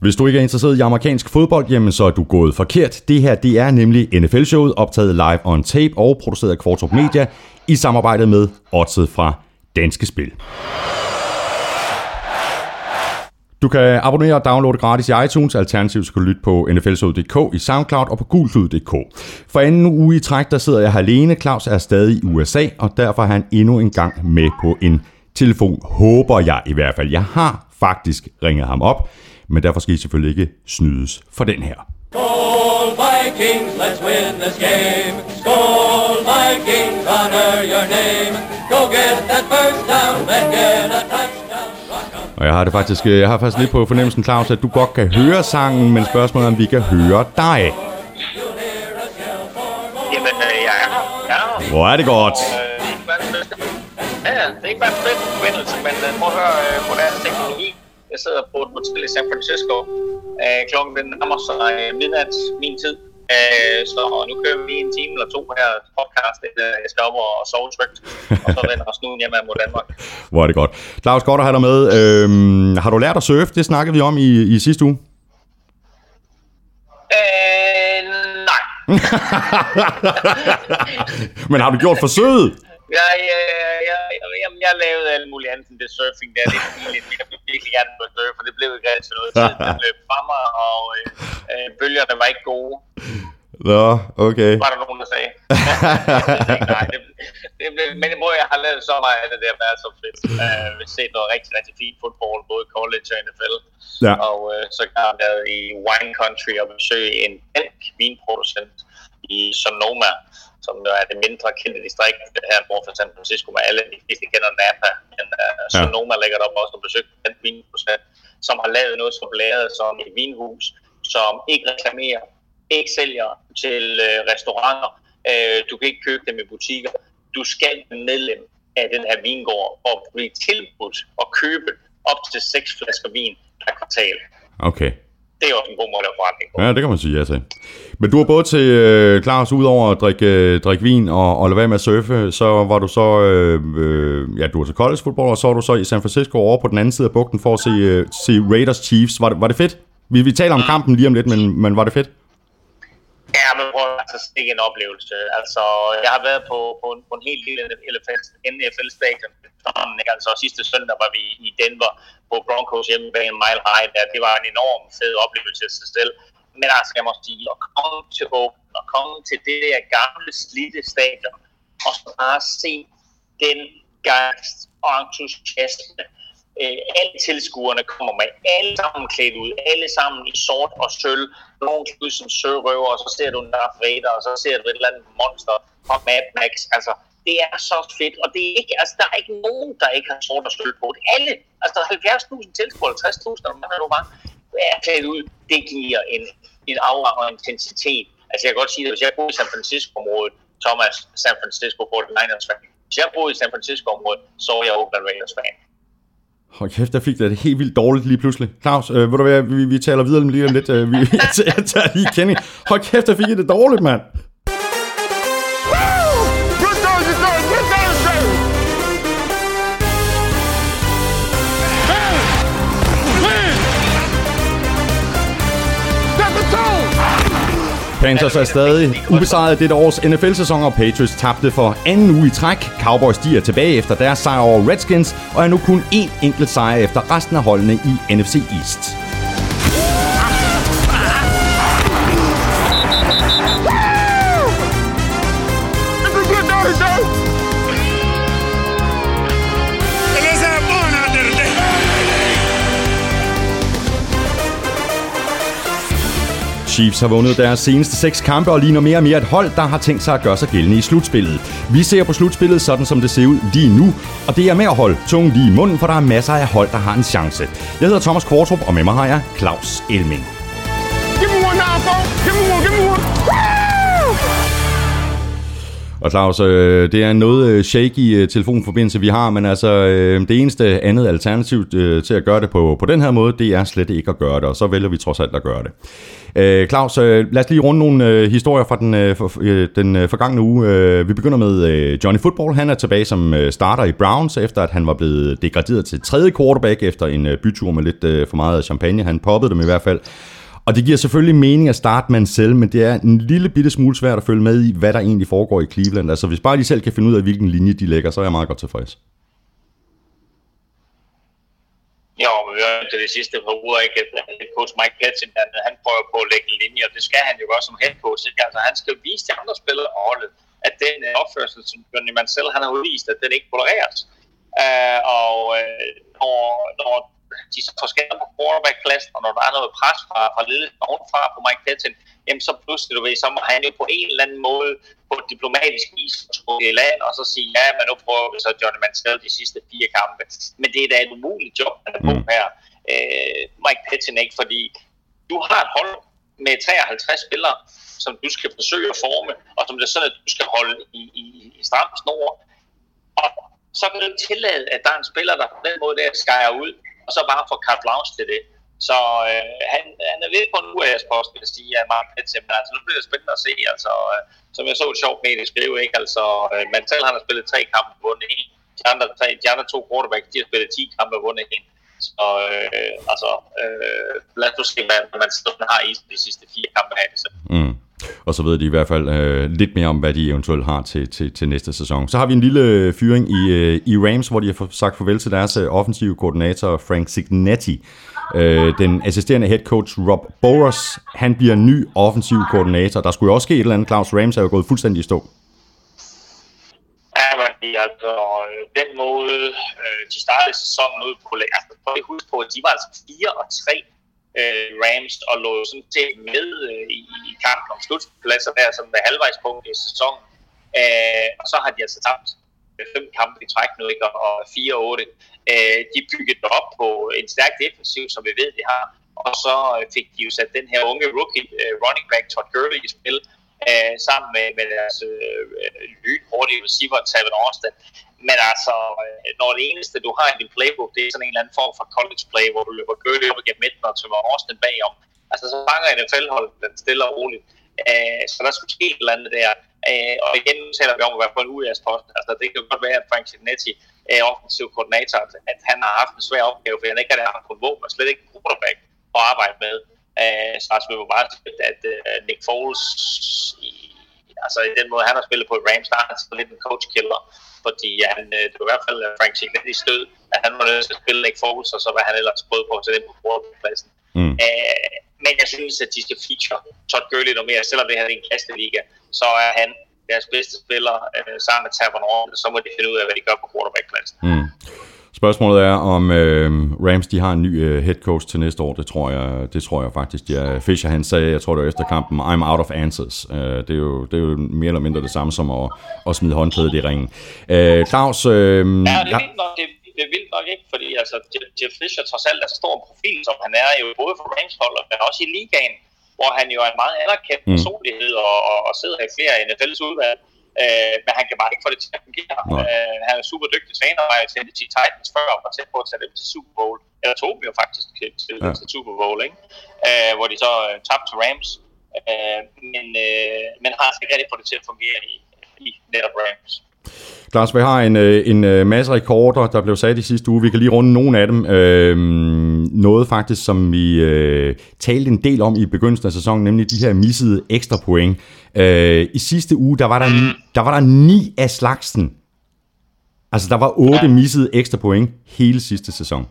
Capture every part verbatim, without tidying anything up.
Hvis du ikke er interesseret i amerikansk fodbold, jamen så er du gået forkert. Det her, det er nemlig N F L-showet, optaget live on tape og produceret af Kvartrup Media i samarbejde med Oddset fra Danske Spil. Du kan abonnere og downloade gratis i iTunes. Alternativt kan du lytte på N F L showet punktum d k, i SoundCloud og på gulklud punktum d k. For anden uge i træk, der sidder jeg her alene. Claus er stadig i U S A, og derfor er han endnu en gang med på en telefon. Håber jeg i hvert fald. Jeg har faktisk ringet ham op, men derfor skal I selvfølgelig ikke snydes for den her. Skål Vikings, let's win this game. Skål Vikings, honor your name. Go get that first down, then get a touchdown. Og jeg har det faktisk, jeg har faktisk lidt på fornemmelsen, Claus, at du godt kan høre sangen, men spørgsmålet er, om vi kan høre dig. Jamen, ja, ja. Hvor er det godt. Ja, det er ikke bare en bedre forbindelse, men prøv at høre moderne teknologi. Jeg sidder på et hotel i San Francisco. Klokken den nærmer sig midnat, min tid. Så nu kører vi en time eller to her podcast, jeg skal op og sove trygt, og så vender os nu hjemme mod Danmark. Hvor er det godt. Claus, godt at have dig med. Øhm, har du lært at surfe? Det snakkede vi om i, i sidste uge. Øh, nej. Men har du gjort forsøget? Jeg, jeg, jeg, jeg, jeg lavede alt muligt andet end det surfing der. Det er lidt, jeg ville virkelig gerne på surf, for det blev ikke rigtig noget tid. Det løb fra mig, og øh, bølgerne var ikke gode. Nå, okay. Var der nogen, der sagde? Nej, det, det blev, men det må jeg har lavet så meget af det der, der er så fedt. Uh, vi har set noget rigtig, rigtig fint fodbold, både college og N F L. Ja. Og uh, så kan jeg været i wine country og besøge en dansk vinproducent i Sonoma, som er det mindre kendte distrikt her nord for San Francisco, med alle de fleste kender Napa. Men uh, Sonoma ja. Ligger der op også og besøgt en vinproducent, som har lavet noget så blæret som et vinhus, som ikke reklamerer, ikke sælger til øh, restauranter. Øh, du kan ikke købe dem i butikker. Du skal være medlem af den her vingård og blive tilbudt at købe op til seks flasker vin per kvartal. Okay. Det er også en god måde at lave forretning på. Ja, det kan man sige ja til. Men du har både til øh, Claus, udover at drikke, øh, drikke vin og, og lade være med at surfe, så var du så, øh, øh, ja, du var til college football, og så var du så i San Francisco over på den anden side af bugten for at se, øh, se Raiders Chiefs. Var det, var det fedt? Vi, vi taler om kampen lige om lidt, men, men var det fedt? Ja, men prøv altså ikke en oplevelse. Altså, jeg har været på, på, en, på en helt lille N F L-stadion. Altså, sidste søndag var vi i Denver på Broncos hjemmebane Mile High. Der. Det var en enorm fed oplevelse af sig selv. Men altså, jeg må sige, at komme til Oakland og komme til det der gamle, slidte stadion, og så bare se den gejst og entusiasme. Øh, alle tilskuerne kommer med, alle sammen klædt ud, alle sammen i sort og sølv, nogle ud som sørøver, og så ser du en Darth Vader, og så ser du et eller andet monster fra Mad Max. Altså, det er så fedt, og det er ikke, altså, der er ikke nogen, der ikke har sort og sølv på. Det er alle, altså der er halvfjerds tusind tilskuere, tres tusind, og man er jo bare er klædt ud. Det giver en, en aura og intensitet. Altså, jeg kan godt sige det, hvis jeg boede i San Francisco-området, Thomas, San Francisco forty-niners fan. Hvis jeg boede i San Francisco-området, så var jeg Oakland Raiders fan. Hold kæft, der fik det helt vildt dårligt lige pludselig. Claus, øh, ved du hvad, vi, vi taler videre lige om lidt. Øh, vi, jeg, jeg tager lige kending. Hold kæft, der fik det dårligt, mand. Panthers er stadig ubesejret dette års N F L-sæson, og Patriots tabte for anden uge i træk. Cowboys de er tilbage efter deres sejr over Redskins, og er nu kun én enkelt sejr efter resten af holdene i N F C East. Chiefs har vundet deres seneste seks kampe og ligner mere og mere et hold, der har tænkt sig at gøre sig gældende i slutspillet. Vi ser på slutspillet sådan, som det ser ud lige nu, og det er med at holde tungen lige i munden, for der er masser af hold, der har en chance. Jeg hedder Thomas Kvartrup, og med mig har jeg Claus Elming. Og Claus, øh, det er en noget shaky øh, telefonforbindelse, vi har, men altså øh, det eneste andet alternativ øh, til at gøre det på, på den her måde, det er slet ikke at gøre det, og så vælger vi trods alt at gøre det. Øh, Claus, øh, lad os lige runde nogle øh, historier fra den, øh, for, øh, den øh, forgangne uge. Øh, vi begynder med øh, Johnny Football. Han er tilbage som øh, starter i Browns, efter at han var blevet degraderet til tredje quarterback efter en øh, bytur med lidt øh, for meget champagne. Han poppede dem i hvert fald. Og det giver selvfølgelig mening at starte med en selv, men det er en lille bitte smule svært at følge med i, hvad der egentlig foregår i Cleveland. Altså hvis bare de selv kan finde ud af, hvilken linje de lægger, så er jeg meget godt tilfreds. Jo, men vi hører til det sidste par uger, ikke? At coach Mike Pettine, han, han prøver på at lægge en linje, og det skal han jo også som head coach. Ikke? Altså, han skal vise de andre spillere og holdet, at den opførsel, som Johnny Manziel, han har udvist, at den ikke tolereres. Uh, og uh, når, når de så får skader på quarterback-klassen, og når der er noget pres fra, fra ledelsen ovenfra på Mike Pettine, jamen så pludselig, du ved, så må han jo på en eller anden måde på diplomatisk vis i land, og så sige, ja, men nu prøver vi så Johnny Manziel de sidste fire kampe. Men det er da et umuligt job, han er på her. Øh, Mike Pettine, ikke? Fordi du har et hold med treoghalvtreds spillere, som du skal forsøge at forme, og som det er sådan, at du skal holde i, i, i stram snor. Og så kan du ikke tillade, at der er en spiller, der på den måde der skærer ud, og så bare får carte blanche til det. Så øh, han, han er ved på en U A S-post, vil jeg sige, at Mark Pettine, men altså nu bliver det spændende at se, altså, øh, som jeg så et sjovt medie skrive, ikke, altså, øh, Manziel han har spillet tre kampe og vundet en, de andre, tre, de andre to quarterbacks, de har spillet ti kampe og vundet en, så øh, altså, øh, lad os se, hvad Manziel har i de sidste fire kampe her i december. Mm. Og så ved de i hvert fald øh, lidt mere om, hvad de eventuelt har til, til, til næste sæson. Så har vi en lille fyring i, øh, i Rams, hvor de har sagt farvel til deres øh, offensive koordinator Frank Cignetti. Øh, den assisterende head coach Rob Boras, han bliver ny offensiv koordinator. Der skulle jo også ske et eller andet. Claus, Rams er jo gået fuldstændig i stå. Ja, men altså, den måde, øh, de startede sæsonen ud på, altså, for at huske på, at de var altså fire og tre øh, Rams, og lå sådan til med øh, i, i kampen om slutpladser der, som ved halvvejspunkt i sæsonen. Øh, og så har de altså tabt fem kampe i træk nu, ikke, og fire otte. Øh, de byggede op på en stærk defensiv, som vi ved, de har. Og så fik de jo sat den her unge rookie, uh, running back Todd Gurley i spil, uh, sammen med, med deres uh, lynhurtige receiver, Tavon Austin. Men altså, uh, når det eneste, du har i din playbook, det er sådan en eller anden form for college play, hvor du løber Gurley op igennem midten og Tavon Austin bagom. Altså, så fanger N F L-holdet den stille og roligt. Uh, så der skulle ske et eller andet der. Uh, og igen taler vi om at være på en U A S-post. Altså, det kan godt være, at Frank Cignetti, uh, offensiv koordinator, at han har haft en svær opgave, for han ikke har haft på en våben, og slet ikke en quarterback at arbejde med. Uh, så altså, vi må bare sige, at uh, Nick Foles, i, altså i den måde, han har spillet på i Rams, der er han lidt en coach-killer, fordi han, uh, det var i hvert fald uh, Frank Cignetti stød, at han var nødt til at spille Nick Foles, og så var han ellers prøvet på at sætte ind på quarterback-pladsen. Mm. Uh, men jeg synes, at de skal feature Todd Gurley noget mere, selvom det her er en kasteliga, så er han deres bedste spiller uh, sammen med Tavon Austin, så må de finde ud af, hvad de gør på quarterback-pladsen. Mm. Spørgsmålet er, om øh, Rams de har en ny øh, head coach til næste år. Det tror jeg, det tror jeg faktisk. Ja, Fisher han sagde, jeg tror det var efter kampen, I'm out of answers. Øh, det, er jo, det er jo mere eller mindre det samme som at, at smide håndklædet i ringen. Øh, Claus? Øh, ja, det er vildt nok, det, det er vildt nok ikke, fordi altså, Jeff Fisher trods alt er så stor en profil, som han er jo både for Rams-holdet, men også i ligaen, hvor han jo er en meget anerkendt mm. personlighed og, og, og sidder i flere N F L's udvalg. Uh, men han kan bare ikke få det til at fungere. Uh, han er super dygtig træner, og jeg tænkte til Titans før, og var tæt på at tage dem til Super Bowl. Eller tog dem jo faktisk til, til, ja. til Super Bowl, ikke? Uh, hvor de så uh, tabte til Rams. Uh, men, uh, men har altså ikke rigtig fået det til at fungere i, i netop Rams. Lars, vi har en, en masse rekorder, der blev sat i sidste uge. Vi kan lige runde nogle af dem. Øh, noget faktisk, som vi øh, talte en del om i begyndelsen af sæsonen, nemlig de her missede ekstra point. Øh, I sidste uge, der var der, der var der ni af slagsen. Altså, der var otte missede ekstra point hele sidste sæson.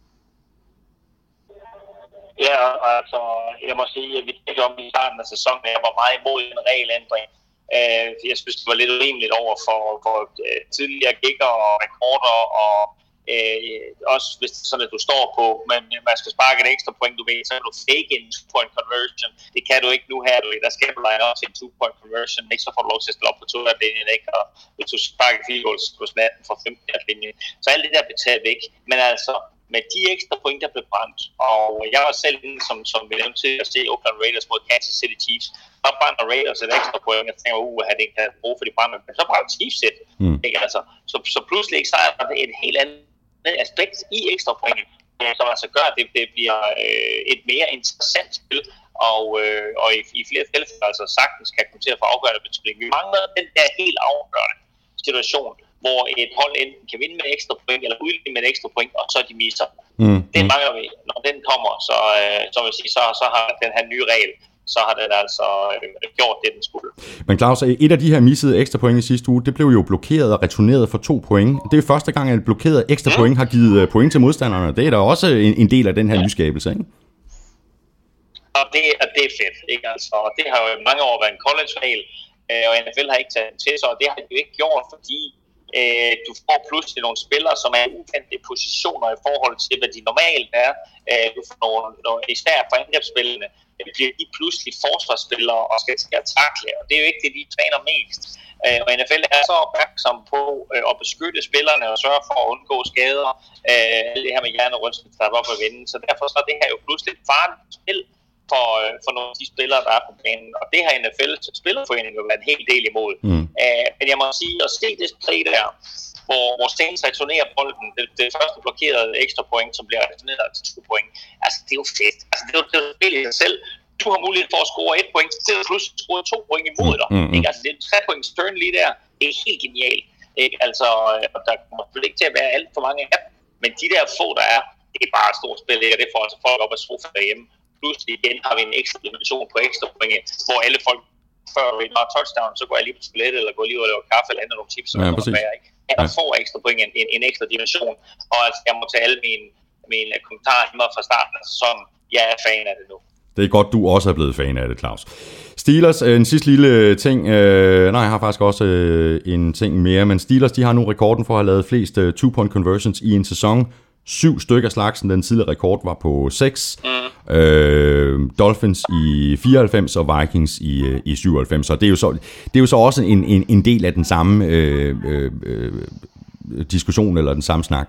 Ja, altså, jeg må sige, at vi talte om i starten af sæsonen, jeg var meget imod en regelændring. Uh, jeg synes, det var lidt urimeligt over for, for uh, tidligere gigger og rekorder, og uh, også hvis det er sådan, at du står på, men man skal sparke et ekstra point, du ved, så kan du fake en two-point conversion. Det kan du ikke nu her, du ved, der skal du line op til en two-point conversion, ikke? Så får du lov til at stille op på to-yard-linjen, ikke? Og hvis du sparker field goals på snatten fra femten-yard-linjen, så alt det der bliver taget væk. Men altså, med de ekstra point, der blev brændt, og jeg var selv inde, som, som vi nævnte til at se Oakland Raiders mod Kansas City Chiefs, så brænder Raiders et ekstra point, og jeg tænker, uh, at det ikke kan bruge for de brænder, men så brænder Chiefs et, mm. ikke altså. Så, så pludselig ikke, så er det et helt andet aspekt i ekstra point, som altså gør, at det, det bliver øh, et mere interessant spil, og, øh, og i, i flere tilfælde altså sagtens kan komme til at få afgørende betydning. Vi mangler den der helt afgørende situation, hvor et hold enten kan vinde med ekstra point, eller udligne med et ekstra point, og så de misser. Mm. Den mangler vi. Når den kommer, så, øh, så, vil sige, så, så har den her nye regel, så har den altså øh, gjort det, den skulle. Men Claus, et af de her missede ekstra point i sidste uge, det blev jo blokeret og returneret for to point. Det er første gang, at et blokeret ekstra mm. point har givet point til modstanderne. Det er da også en, en del af den her ja. nyskabelse, ikke? Og det, og det er fedt, ikke? Altså, det har jo mange år været en college-regel, øh, og N F L har ikke taget den til sig, og det har de jo ikke gjort, fordi øh, du får pludselig nogle spillere, som er uventede positioner i forhold til, hvad de normalt er. Øh, du får nogle, nogle, især for angrebsspillene, bliver de pludselig forsvarsspillere og skal til at takle, og det er jo ikke det, de træner mest. Øh, og N F L er så opmærksom på øh, at beskytte spillerne og sørge for at undgå skader. Øh, alt det her med hjernerystelse, der er op at vinde. Så derfor så er det her jo pludselig et farligt spil for, øh, for nogle af de spillere, der er på banen. Og det har N F L spillerforening jo været en hel del imod. Mm. Øh, men jeg må sige, at se det spil der, hvor, hvor Saints returnerer bolden, det, det første blokerede ekstra point, som bliver returneret til to point. Altså, det er jo fedt. Altså, det er jo det er spil i sig selv. Du har mulighed for at score et point, så er pludselig score to point imod dig. Mm, mm. Ikke? Altså, det er en tre points turn lige der. Det er helt genialt. Ikke? Altså, og der kommer selvfølgelig ikke til at være alt for mange af dem, men de der få, der er, det er bare et stort spil, ikke? Og det får altså folk op at sofa derhjemme. Pludselig igen har vi en ekstra dimension på ekstra point, hvor alle folk, før vi når touchdown, så går jeg lige på toilettet, eller går lige ud og laver kaffe, eller henter nogle chips, eller ja, noget der, ikke? Ja, der får ekstra point en, en, en ekstra dimension, og altså, jeg må tage alle mine, mine kommentarer hjemme fra starten af sæsonen. Jeg er fan af det nu. Det er godt, du også er blevet fan af det, Claus. Steelers, en sidste lille ting. Øh, nej, jeg har faktisk også øh, en ting mere, men Steelers, de har nu rekorden for at have lavet flest øh, two-point conversions i en sæson. Syv stykker slagsen. Den tidligere rekord var på seks. Mm. Øh, Dolphins i fireoghalvfems og Vikings i, øh, i syvoghalvfems. Så det er jo så, det er jo så også en, en, en del af den samme øh, øh, øh, diskussion, eller den samme snak.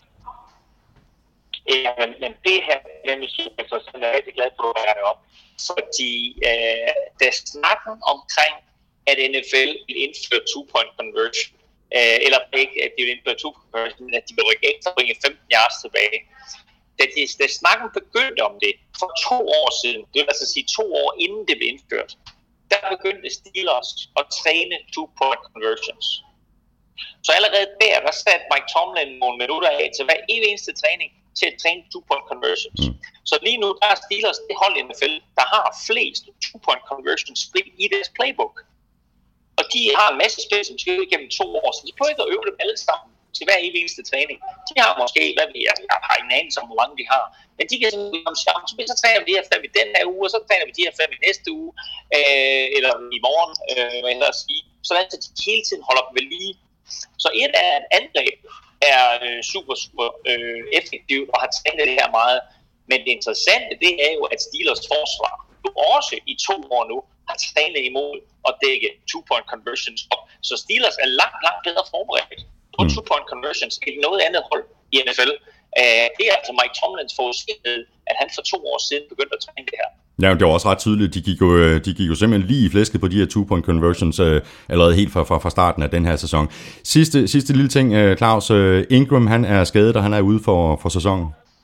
Ja, men, men det her, den er super interessant, jeg er rigtig glad for at være deroppe, fordi øh, der snakken omkring, at N F L vil indføre two-point conversion, øh, eller ikke, at de vil indføre two-point conversion, men at de vil rykke ekstra bringe femten yards tilbage. Da, de, da snakken begyndte om det for to år siden, det vil altså sige to år inden det blev indført, der begyndte Steelers at træne two-point conversions. Så allerede der, der satte Mike Tomlin nogle minutter af til hver eneste træning, til at træne two-point conversions. Mm. Så lige nu, der er Steelers det hold i N F L, der har flest two-point conversions spil i deres playbook. Og de har en masse spil, som skal igennem to år, så de prøver ikke at øve dem alle sammen til hver eneste træning. De har måske, hvad vi er, jeg har ingen anelse om, hvor mange de har, men de kan sådan, så træner vi de her fem i den her uge, og så træner vi de her fem i næste uge, øh, eller i morgen, øh, hvad jeg vil sige. Sådan at de hele tiden holder dem ved lige. Så et af et angreb er øh, super, super øh, effektivt og har trænet det her meget. Men det interessante, det er jo, at Steelers forsvar jo også i to år nu har trænet imod at dække two-point conversions op. Så Steelers er langt, langt bedre forberedt på mm. two-point conversions end noget andet hold i N F L. Uh, det er altså Mike Tomlins forudsigelse, at han for to år siden begyndte at træne det her. Ja, det var også ret tydeligt. De gik jo, de gik jo simpelthen lige i flæsket på de her two-point conversions øh, allerede helt fra, fra, fra starten af den her sæson. Sidste, sidste lille ting, øh, Claus. Øh, Ingram, han er skadet, og han er ude for, for sæsonen.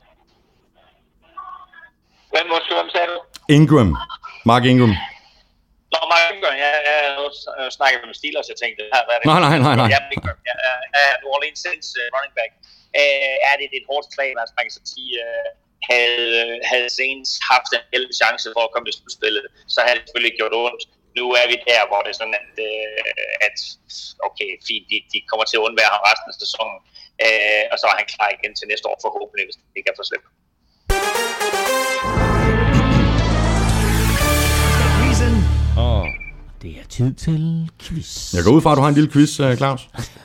Hvem måske, hvem sagde du? Ingram. Mark Ingram. Nå, Mark Ingram, jeg, jeg, jeg snakkede med Steelers, jeg tænkte, hvad er det? Nej, nej, nej, nej. Ja, Ingram, ja, ja, New Orleans Saints uh, running back. Uh, er det et hårdt slag, altså man kan så sige, uh, havde, havde Saints haft en hel chance for at komme til slutspillet, så havde det selvfølgelig gjort ondt. Nu er vi der, hvor det er sådan, at, uh, at okay, fint, de, de kommer til at undvære ham resten af sæsonen, uh, og så er han klar igen til næste år forhåbentlig, hvis det ikke er for slemt. Oh. Det er tid til quiz. Jeg går ud fra, at du har en lille quiz, Claus.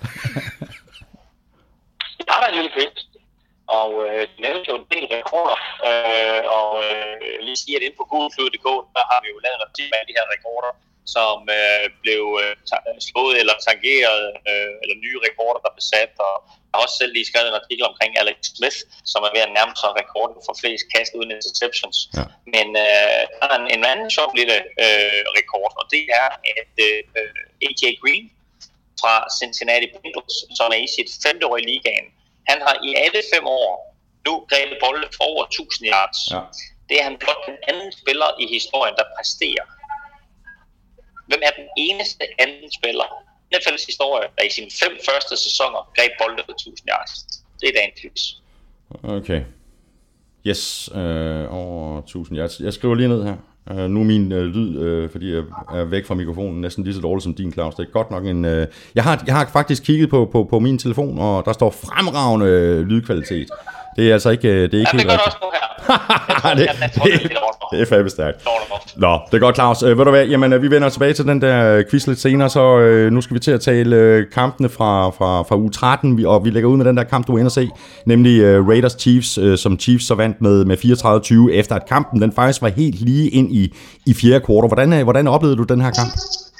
Jeg har en lille quiz, og øh, det nævnte jo en del rekorder, øh, og øh, lige sige, at inde på Google punktum d k, der har vi jo lavet en artikel af de her rekorder, som øh, blev øh, slået eller tangeret, øh, eller nye rekorder, der blev sat, og jeg har også selv lige skrevet en artikel omkring Alex Smith, som er ved at nærme sig rekorden for flest kast uden interceptions. Ja. Men øh, der er en, en anden sjov lille øh, rekord, og det er, at øh, A J Green fra Cincinnati Bengals, som er i sit femte år i ligaen, han har i alle fem år nu grebet bolde for over tusind yards. Ja. det er han blot den anden spiller i historien, der præsterer. Hvem er den eneste anden spiller i N F L's historie, der i sine fem første sæsoner greb bolden på tusind yards? Det er dagens quiz. Okay. Yes, øh, over tusind yards. Jeg skriver lige ned her. Uh, nu er min uh, lyd, uh, fordi jeg er væk fra mikrofonen, næsten lige så dårligt som din, Claus. Det er godt nok en... Uh... Jeg, har, jeg har faktisk kigget på, på, på min telefon, og der står fremragende uh, lydkvalitet. Det er altså ikke, uh, det er ikke ja, helt det gør også nu her. det, det, det er fandme stærkt. Nå, det er godt, Claus. Uh, ved du hvad, jamen, uh, vi vender tilbage til den der quiz lidt senere, så uh, nu skal vi til at tale uh, kampene fra, fra, fra uge tretten, og vi lægger ud med den der kamp, du er inde og se, nemlig uh, Raiders Chiefs, uh, som Chiefs så vandt med, med fireogtredive tyve, efter at kampen den faktisk var helt lige ind i, i fjerde kvartal. Hvordan, uh, hvordan oplevede du den her kamp?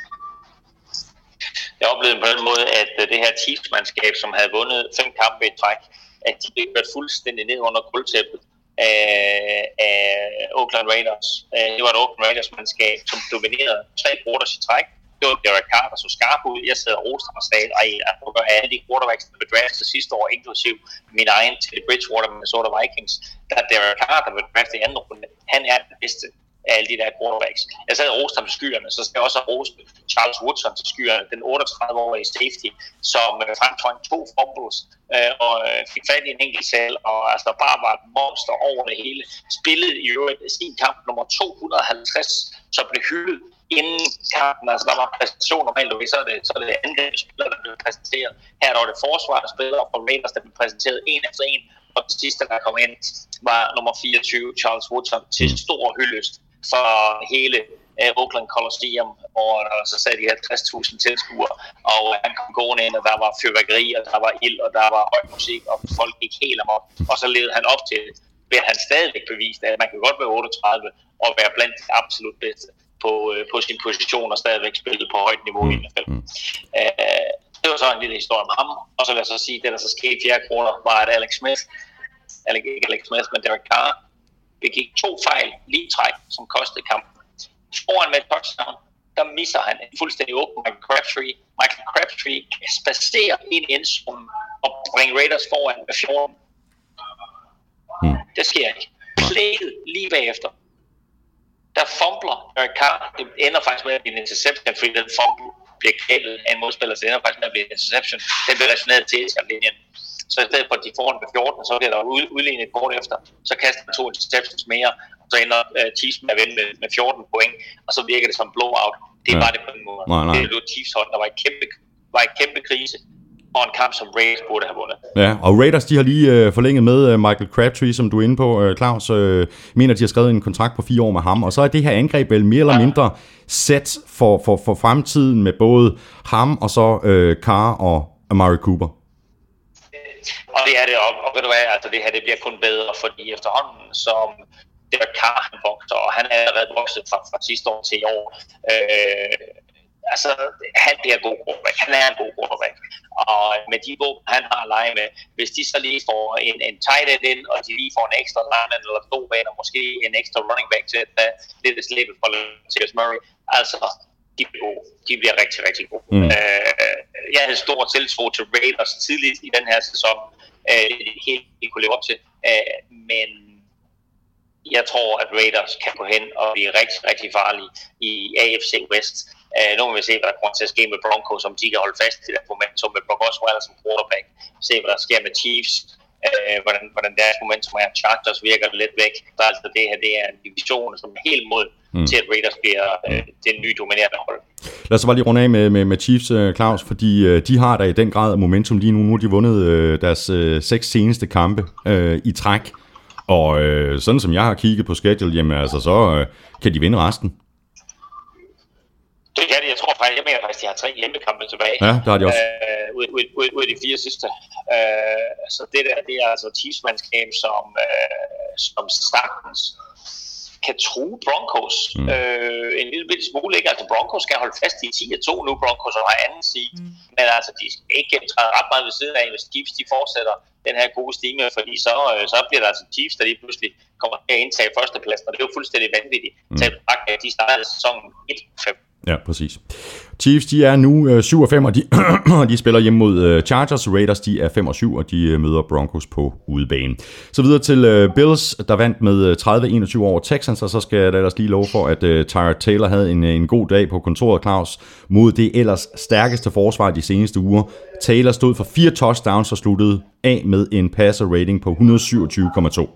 Jeg oplevede på den måde, at uh, det her Chiefs-mandskab, som havde vundet fem kampe i træk, at de blev kørt fuldstændig ned under gulvtæppet af, af Oakland Raiders. Det var et Oakland Raiders-mandskab, som dominerede tre quarters i træk. Det var Derek Carr, der så skarp ud. Jeg sad og roste ham og sagde, at jeg prøver alle de quarterbacks, der blev draftet sidste år, inklusiv min egen til Bridgewater Minnesota Vikings. Der er Derek Carr, der blev draftet i anden runde. Han er den bedste af alle de der quarterbacks. Jeg sad og roste ham til skyerne, så skal jeg også roste Charles Woodson til skyerne, den otteogtredive-årige safety, som øh, fremtvang to fumbles øh, og øh, fik fat i en enkelt sal, og altså bare var et monster over det hele. Spillede i øvrigt sin kamp nummer to hundrede og halvtreds, så blev hyldet inden kampen. Altså der var præsentation normalt, så er det, så er det angrebsspillere, der blev præsenteret. Her var det forsvarsspillere fra Raiders, der blev præsenteret en efter en, og den sidste, der kom ind, var nummer fireogtyve, Charles Woodson, til stor hyldest for hele uh, Oakland Coliseum, og uh, så sad de halvtreds tusind tilskuere, og uh, han kom gående ind, og der var fyrværkeri, og der var ild, og der var høj musik, og folk gik helt amok, og så levede han op til det, ved at han stadigvæk beviste, at man kan godt være otteogtredive og være blandt de absolut bedste på, uh, på sin position, og stadigvæk spille på højt niveau i N F L. Uh, det var så en lille historie om ham, og så vil jeg så sige, at det der så skete i fjerde kvartal, var at Alex Smith, eller ikke Alex Smith, men Derek Carr, begik to fejl lige træk, som kostede kampen. Foran med et touchdown, der misser han en fuldstændig åben Michael Crabtree. Michael Crabtree spacerer ind i endzonen og bringer Raiders foran med fjorten. Hmm. Det sker ikke. Playet lige bagefter. Der fumbler Derek Carr. Det ender faktisk med at blive en interception, fordi den fumble bliver grebet af en modspiller, så det ender faktisk med at blive en interception. Den bliver resoneret til linjen. Så i stedet for at de får den med fjorten, så bliver der udlignet kort efter, så kaster man to interceptions mere, og så ender uh, Chiefs med at vinde med, med fjorten point, og så virker det som blowout. Det var ja. det på den måde. Nej, nej. Det var Chiefs hold, der var i kæmpe, var i kæmpe krise, og en kamp, som Raiders burde have vundet. Ja, og Raiders, de har lige øh, forlænget med øh, Michael Crabtree, som du er inde på, øh, Claus. Øh, mener, de har skrevet en kontrakt på fire år med ham, og så er det her angreb vel mere eller mindre sæt for, for, for fremtiden med både ham og så øh, Carr og Amari Cooper. Og det er det, og, og ved du hvad, altså det her, det bliver kun bedre, fordi efterhånden, som Derek Carr, han vokser, og han er allerede vokset fra, fra sidste år til i år, øh, altså, han bliver en god quarterback, han er en god quarterback, og med de våben, han har at lege med, hvis de så lige får en, en tight end ind, og de lige får en ekstra lineman eller to bane, og måske en ekstra running back til at tage lidt af slæbet fra Latavius Murray, altså, de bliver gode. De bliver rigtig, rigtig gode. Mm. Øh, jeg havde stor tiltro til Raiders tidligt i den her sæson, øh, helt de kunne leve op til, øh, men jeg tror, at Raiders kan gå hen og blive rigtig, rigtig farlige i A F C West. Uh, nu må vi se, hvad der kommer til at ske med Broncos, som de kan holde fast i det momentum med Brock Osweiler som quarterback. Se, hvad der sker med Chiefs, uh, hvordan, hvordan deres momentum er. Chargers virker lidt væk. Så altså det her, det er en division, som er helt mod mm. til, at Raiders bliver uh, det nye dominerende hold. Lad os så bare lige runde af med, med, med Chiefs, uh, Claus, fordi uh, de har da i den grad momentum lige nu. Nu har de vundet uh, deres uh, seks seneste kampe uh, i træk. Og uh, sådan som jeg har kigget på schedule, jamen altså, så uh, kan de vinde resten. Det kan de. Jeg tror faktisk, jeg mener faktisk, de har tre hjemmekampe tilbage. Ja, det har de også. Øh, ud, ud, ud, ud af de fire sidste. Øh, så det der, det er altså Chiefs-mandskab, som, øh, som sagtens kan true Broncos. Mm. Øh, en lille bitte smule, ikke? Altså Broncos skal holde fast i ti og to nu. Broncos har anden seed. Mm. Men altså, de skal ikke træde ret meget ved siden af, hvis Chiefs de fortsætter den her gode stime, fordi så, øh, så bliver der altså Chiefs, der lige pludselig kommer til at indtage førstepladsen, og det er jo fuldstændig vanvittigt. Mm. Til at de startede sæsonen et fem. Ja, præcis. Chiefs, de er nu øh, syv og fem, og de, de spiller hjemme mod øh, Chargers. Raiders, de er fem og syv, og de øh, møder Broncos på udebane. Så videre til øh, Bills, der vandt med tredive enogtyve over Texans, og så skal jeg da ellers lige love for, at øh, Tyrod Taylor havde en, en god dag på kontoret, Claus, mod det ellers stærkeste forsvar de seneste uger. Taylor stod for fire touchdowns og sluttede af med en passer rating på et hundrede syvogtyve komma to.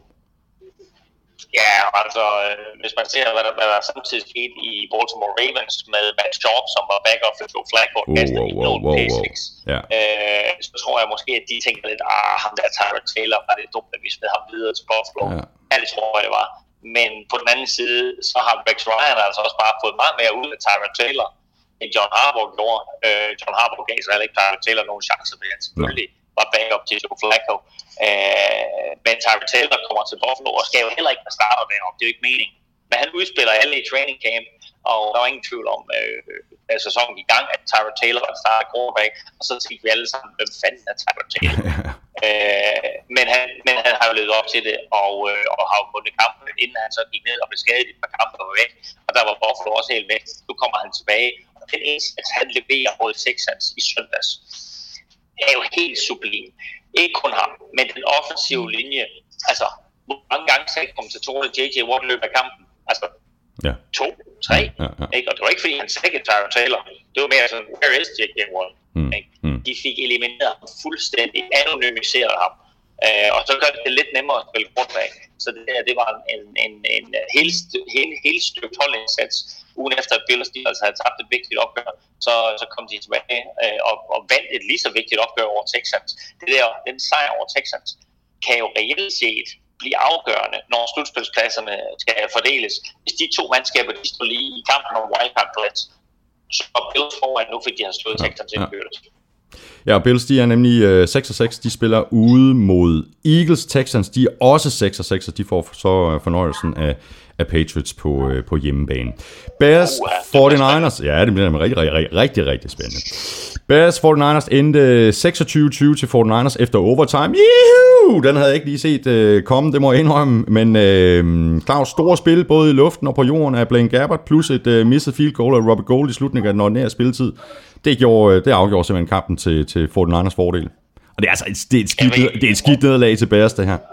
Ja, altså, øh, hvis man ser, hvad der, hvad der samtidig skete i Baltimore Ravens med Matt Schaub, som var backup for Joe Flacco, og kastet i nogle P seks, øh, så tror jeg måske, at de tænker lidt, ah, ham der Tyrod Taylor, var det dumt, at vi smed ham videre til Buffalo. Ja. ja, det tror jeg, det var. Men på den anden side, så har Rex Ryan altså også bare fået meget mere ud af Tyrod Taylor, end John Harbaugh gjorde. Øh, John Harbaugh gav så heller ikke Tyrod Taylor nogen chance, fordi han selvfølgelig var backup til Joe Flacco. Uh, men Tyrod Taylor kommer til Buffalo og skal jo heller ikke være starter deroppe. Det er jo ikke meningen. Men han udspiller alle i training camp, og der var ingen tvivl om, uh, at sæsonen i gang, at Tyrod Taylor var starter quarterback, og så tænkte vi alle sammen, hvem fanden er Tyrod Taylor? uh, men, han, men han har jo levet op til det, og, uh, og har jo vundet kampen, inden han så gik ned og blev skadet i et par kampe og var væk. Og der var Buffalo også helt væk. Nu kommer han tilbage, og den eneste, at han leverer mod Texans i søndags, er jo helt sublim. Ikke kun ham, men den offensive linje. Altså, hvor mange gange sagde kommentatorer J J Watt løb af kampen? Altså, ja. to, tre, ja, ja. Ikke? Og det var ikke fordi han sagde Tyrod Taylor. Det var mere sådan, where is J J Watt? Mm. Mm. De fik elimineret ham fuldstændig, anonymiseret ham. Uh, og så gør det det lidt nemmere at spille quarterback. Så det der, det var en, en, en helt hel, hel stykke holdindsats. Ugen efter at Bills de altså havde tabt et vigtigt opgør, så, så kom de tilbage øh, og, og vandt et lige så vigtigt opgør over Texans. Det der, den sejr over Texans kan jo reelt set blive afgørende, når slutspilspladserne skal fordeles. Hvis de to mandskaber, de står lige i kampen om wildcard-plads, så er Bills foran nu, fordi de har slået Texans ja, indbyrdes. Ja. Ja, Bills, de er nemlig øh, seks og seks, de spiller ude mod Eagles. Texans, de er også seks og seks, og de får så øh, fornøjelsen af, af Patriots på, øh, på hjemmebane. Bears, forty-niners, ja, det bliver rigtig, rigtig, rigtig, rigtig, rigtig spændende. Bears, forty-niners endte seksogtyve tyve til forty-niners efter overtime. Juhu! Den havde jeg ikke lige set øh, komme, det må jeg indrømme. Men øh, Claus, store spil både i luften og på jorden af Blaine Gabbert, plus et øh, misset field goal af Robert Gould i slutningen af den ordinære spilletid. Det, gjorde, det afgjorde simpelthen kampen til, til forty-niners fordel. Og det er altså et, det er et skidt, det er et skidt nederlag til Bears, det her.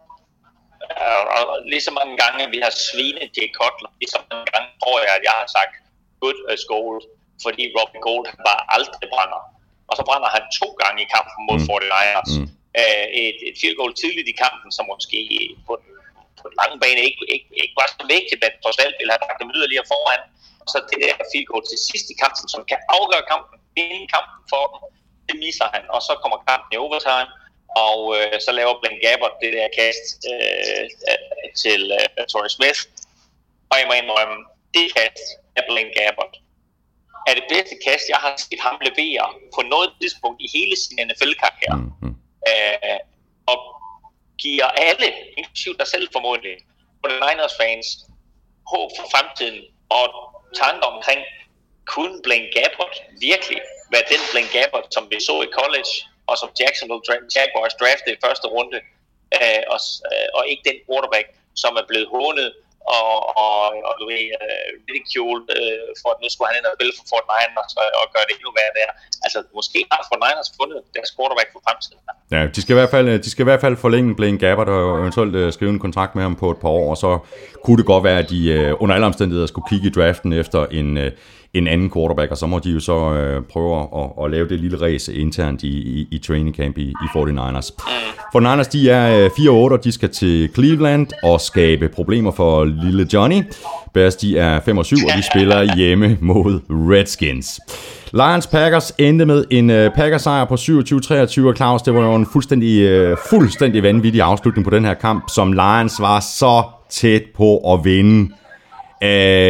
Og lige så mange gange, vi har svinet Jay Cutler, lige så mange gange tror jeg, at jeg har sagt good as gold, fordi Robert Gould bare aldrig brænder. Og så brænder han to gange i kampen mod mm. forty-niners. Mm. Et, et field goal tidligt i kampen, som måske på den, på den lange bane ikke, ikke, ikke var så vigtigt, men trods alt ville have lagt dem yderligere foran. Og så det der field goal til sidst i kampen, som kan afgøre kampen, vinde kampen for dem, det misser han. Og så kommer kampen i overtime, og øh, så laver Blaine Gabbert det der kast øh, til øh, Torrey Smith. Og jeg må indrømme, det kast af Blaine Gabbert er det bedste kast, jeg har set ham levere på noget tidspunkt i hele sin N F L-karriere. Mm-hmm. Øh, og giver alle, inklusive dig selv formodentlig, på the Niners fans, håb for fremtiden og tanker omkring, kunne Blaine Gabbert virkelig være den Blaine Gabbert, som vi så i college, og som Jacksonville Jaguars draftede i første runde, øh, og, øh, og ikke den quarterback, som er blevet hånet og, og, og du ved, uh, ridiculed, uh, for at nu skulle han ind og spille for forty-niners og, og gøre det endnu værre der. Altså, måske har forty-niners fundet deres quarterback for fremtiden. Ja, de skal i hvert fald, de skal i hvert fald forlænge Blaine Gabbert og eventuelt uh, skrive en kontrakt med ham på et par år, og så kunne det godt være, at de uh, under alle omstændigheder skulle kigge i draften efter en, uh, en anden quarterback, og så må de jo så uh, prøve at, at lave det lille race internt i, i, i training camp i, i forty-niners. Mm. forty-niners, de er fire otte, og de skal til Cleveland og skabe problemer for lille Johnny. Bears, de er fem og syv, og de spiller hjemme mod Redskins. Lions Packers endte med en uh, Packers-sejr på syvogtyve treogtyve, og Claus, det var jo en fuldstændig, uh, fuldstændig vanvittig afslutning på den her kamp, som Lions var så tæt på at vinde. Uh,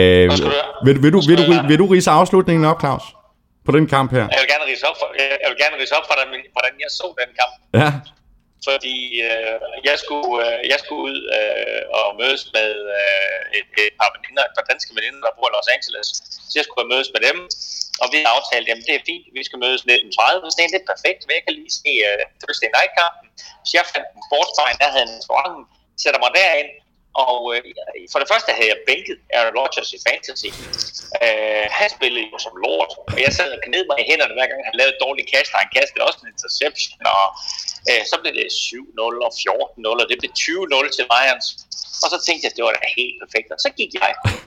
vil, vil, du, vil, du, vil du rise afslutningen op, Claus, på den kamp her? Jeg vil gerne rise op, for, jeg vil gerne rise op hvordan, hvordan jeg så den kamp. Ja. Fordi øh, jeg, skulle, øh, jeg skulle ud øh, og mødes med øh, et, et par veninder, et par danske veninder, der bor i Los Angeles. Så jeg skulle mødes med dem, og vi aftalte, jamen det er fint, vi skal mødes nitten tredive. Så det er perfekt, men jeg kan lige se uh, Thursday Night-kampen. Så jeg fandt en sportstegn, der havde en restaurant, sætter mig derind, Og øh, for det første havde jeg bænket Aaron Rodgers i fantasy. Øh, han spillede jo som lort, og jeg sad og kned mig i hænderne, hver gang han lavede et dårligt kast, og han kastede også en interception, og øh, så blev det syv nul og fjorten nul, og det blev tyve nul til Lions. Og så tænkte jeg, at det var da helt perfekt, og så gik jeg.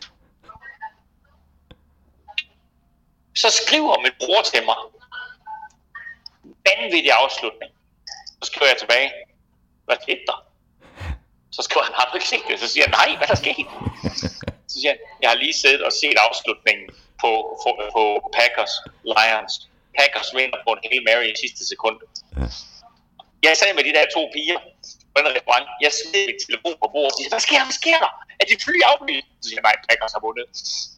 Så skriver min bror til mig, vanvittig afslutning. Så skriver jeg tilbage, hvad skete der? Så skriver han, har du ikke set det? Så siger jeg, nej, hvad der skete? Så siger han, jeg har lige siddet og set afslutningen på, på, på Packers Lions. Packers vinder på en Hail Mary i sidste sekund. Jeg sad med de der to piger på en restaurant. Jeg smed mit telefon på bordet og siger, hvad sker der? Hvad sker der? Er de fly aflyst? Så siger jeg, nej, Packers har vundet.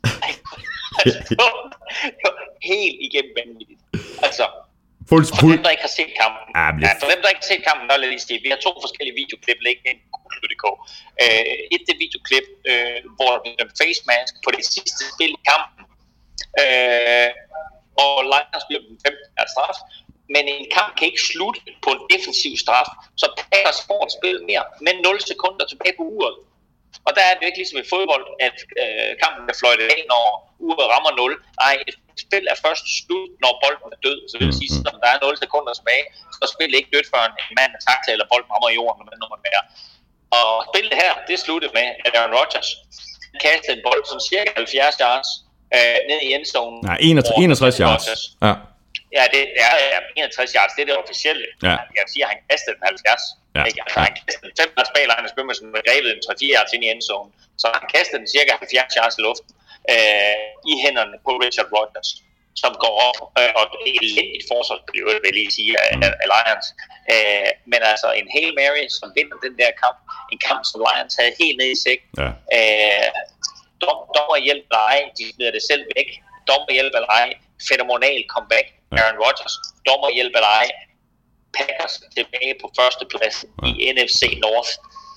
Helt igennem vanvittigt. Altså, Fuld, for fuld. dem, der ikke har set kampen, ah, ja, for dem, der ikke har set kampen, der er lige stil. Vi har to forskellige videoklip liggende i Google punktum d k. Uh, et det videoklip, uh, hvor der bliver en face mask på det sidste spil i kampen, uh, og Lions bliver den femten af straf, men en kamp kan ikke slutte på en defensiv straf, så Packers får et spil mere med nul sekunder tilbage på uret. Og der er det ikke ligesom i fodbold, at øh, kampen er fløjtet af, når uret rammer nul. Nej, et spil er først slut, når bolden er død. Så det vil sige, at når der er nul sekunder tilbage, så er spillet ikke dødt, før en mand er taklet, eller bolden rammer i jorden, når man er. Og spillet her, det sluttede med, at Aaron Rodgers kastede en bold som cirka halvfjerds yards øh, ned i endzonen. Nej, enogtres yards. Ja. Ja, det er ja, enogtres yards, det er det officielle. Ja. Jeg siger, at han kastede den halvfjerds. Ja. Ikke? Altså, han kastede den fem yards bag, og han er spillet med sådan grebet en tre fire yards ind i endzonen. Så han kastede den cirka halvfjerds yards i luften øh, i hænderne på Richard Rodgers, som går op, øh, og et elendigt forsvarsspil, vil jeg lige sige, af, af Lions. Øh, men altså en Hail Mary, som vinder den der kamp, en kamp, som Lions havde helt ned i sæk. Ja. Øh, dom, dommerhjælp eller ej, de smider det selv væk. Dommerhjælp eller ej, fænomenal comeback. Aaron Rodgers, dommerhjælp eller ej, Packers tilbage på førstepladsen ja. i N F C North.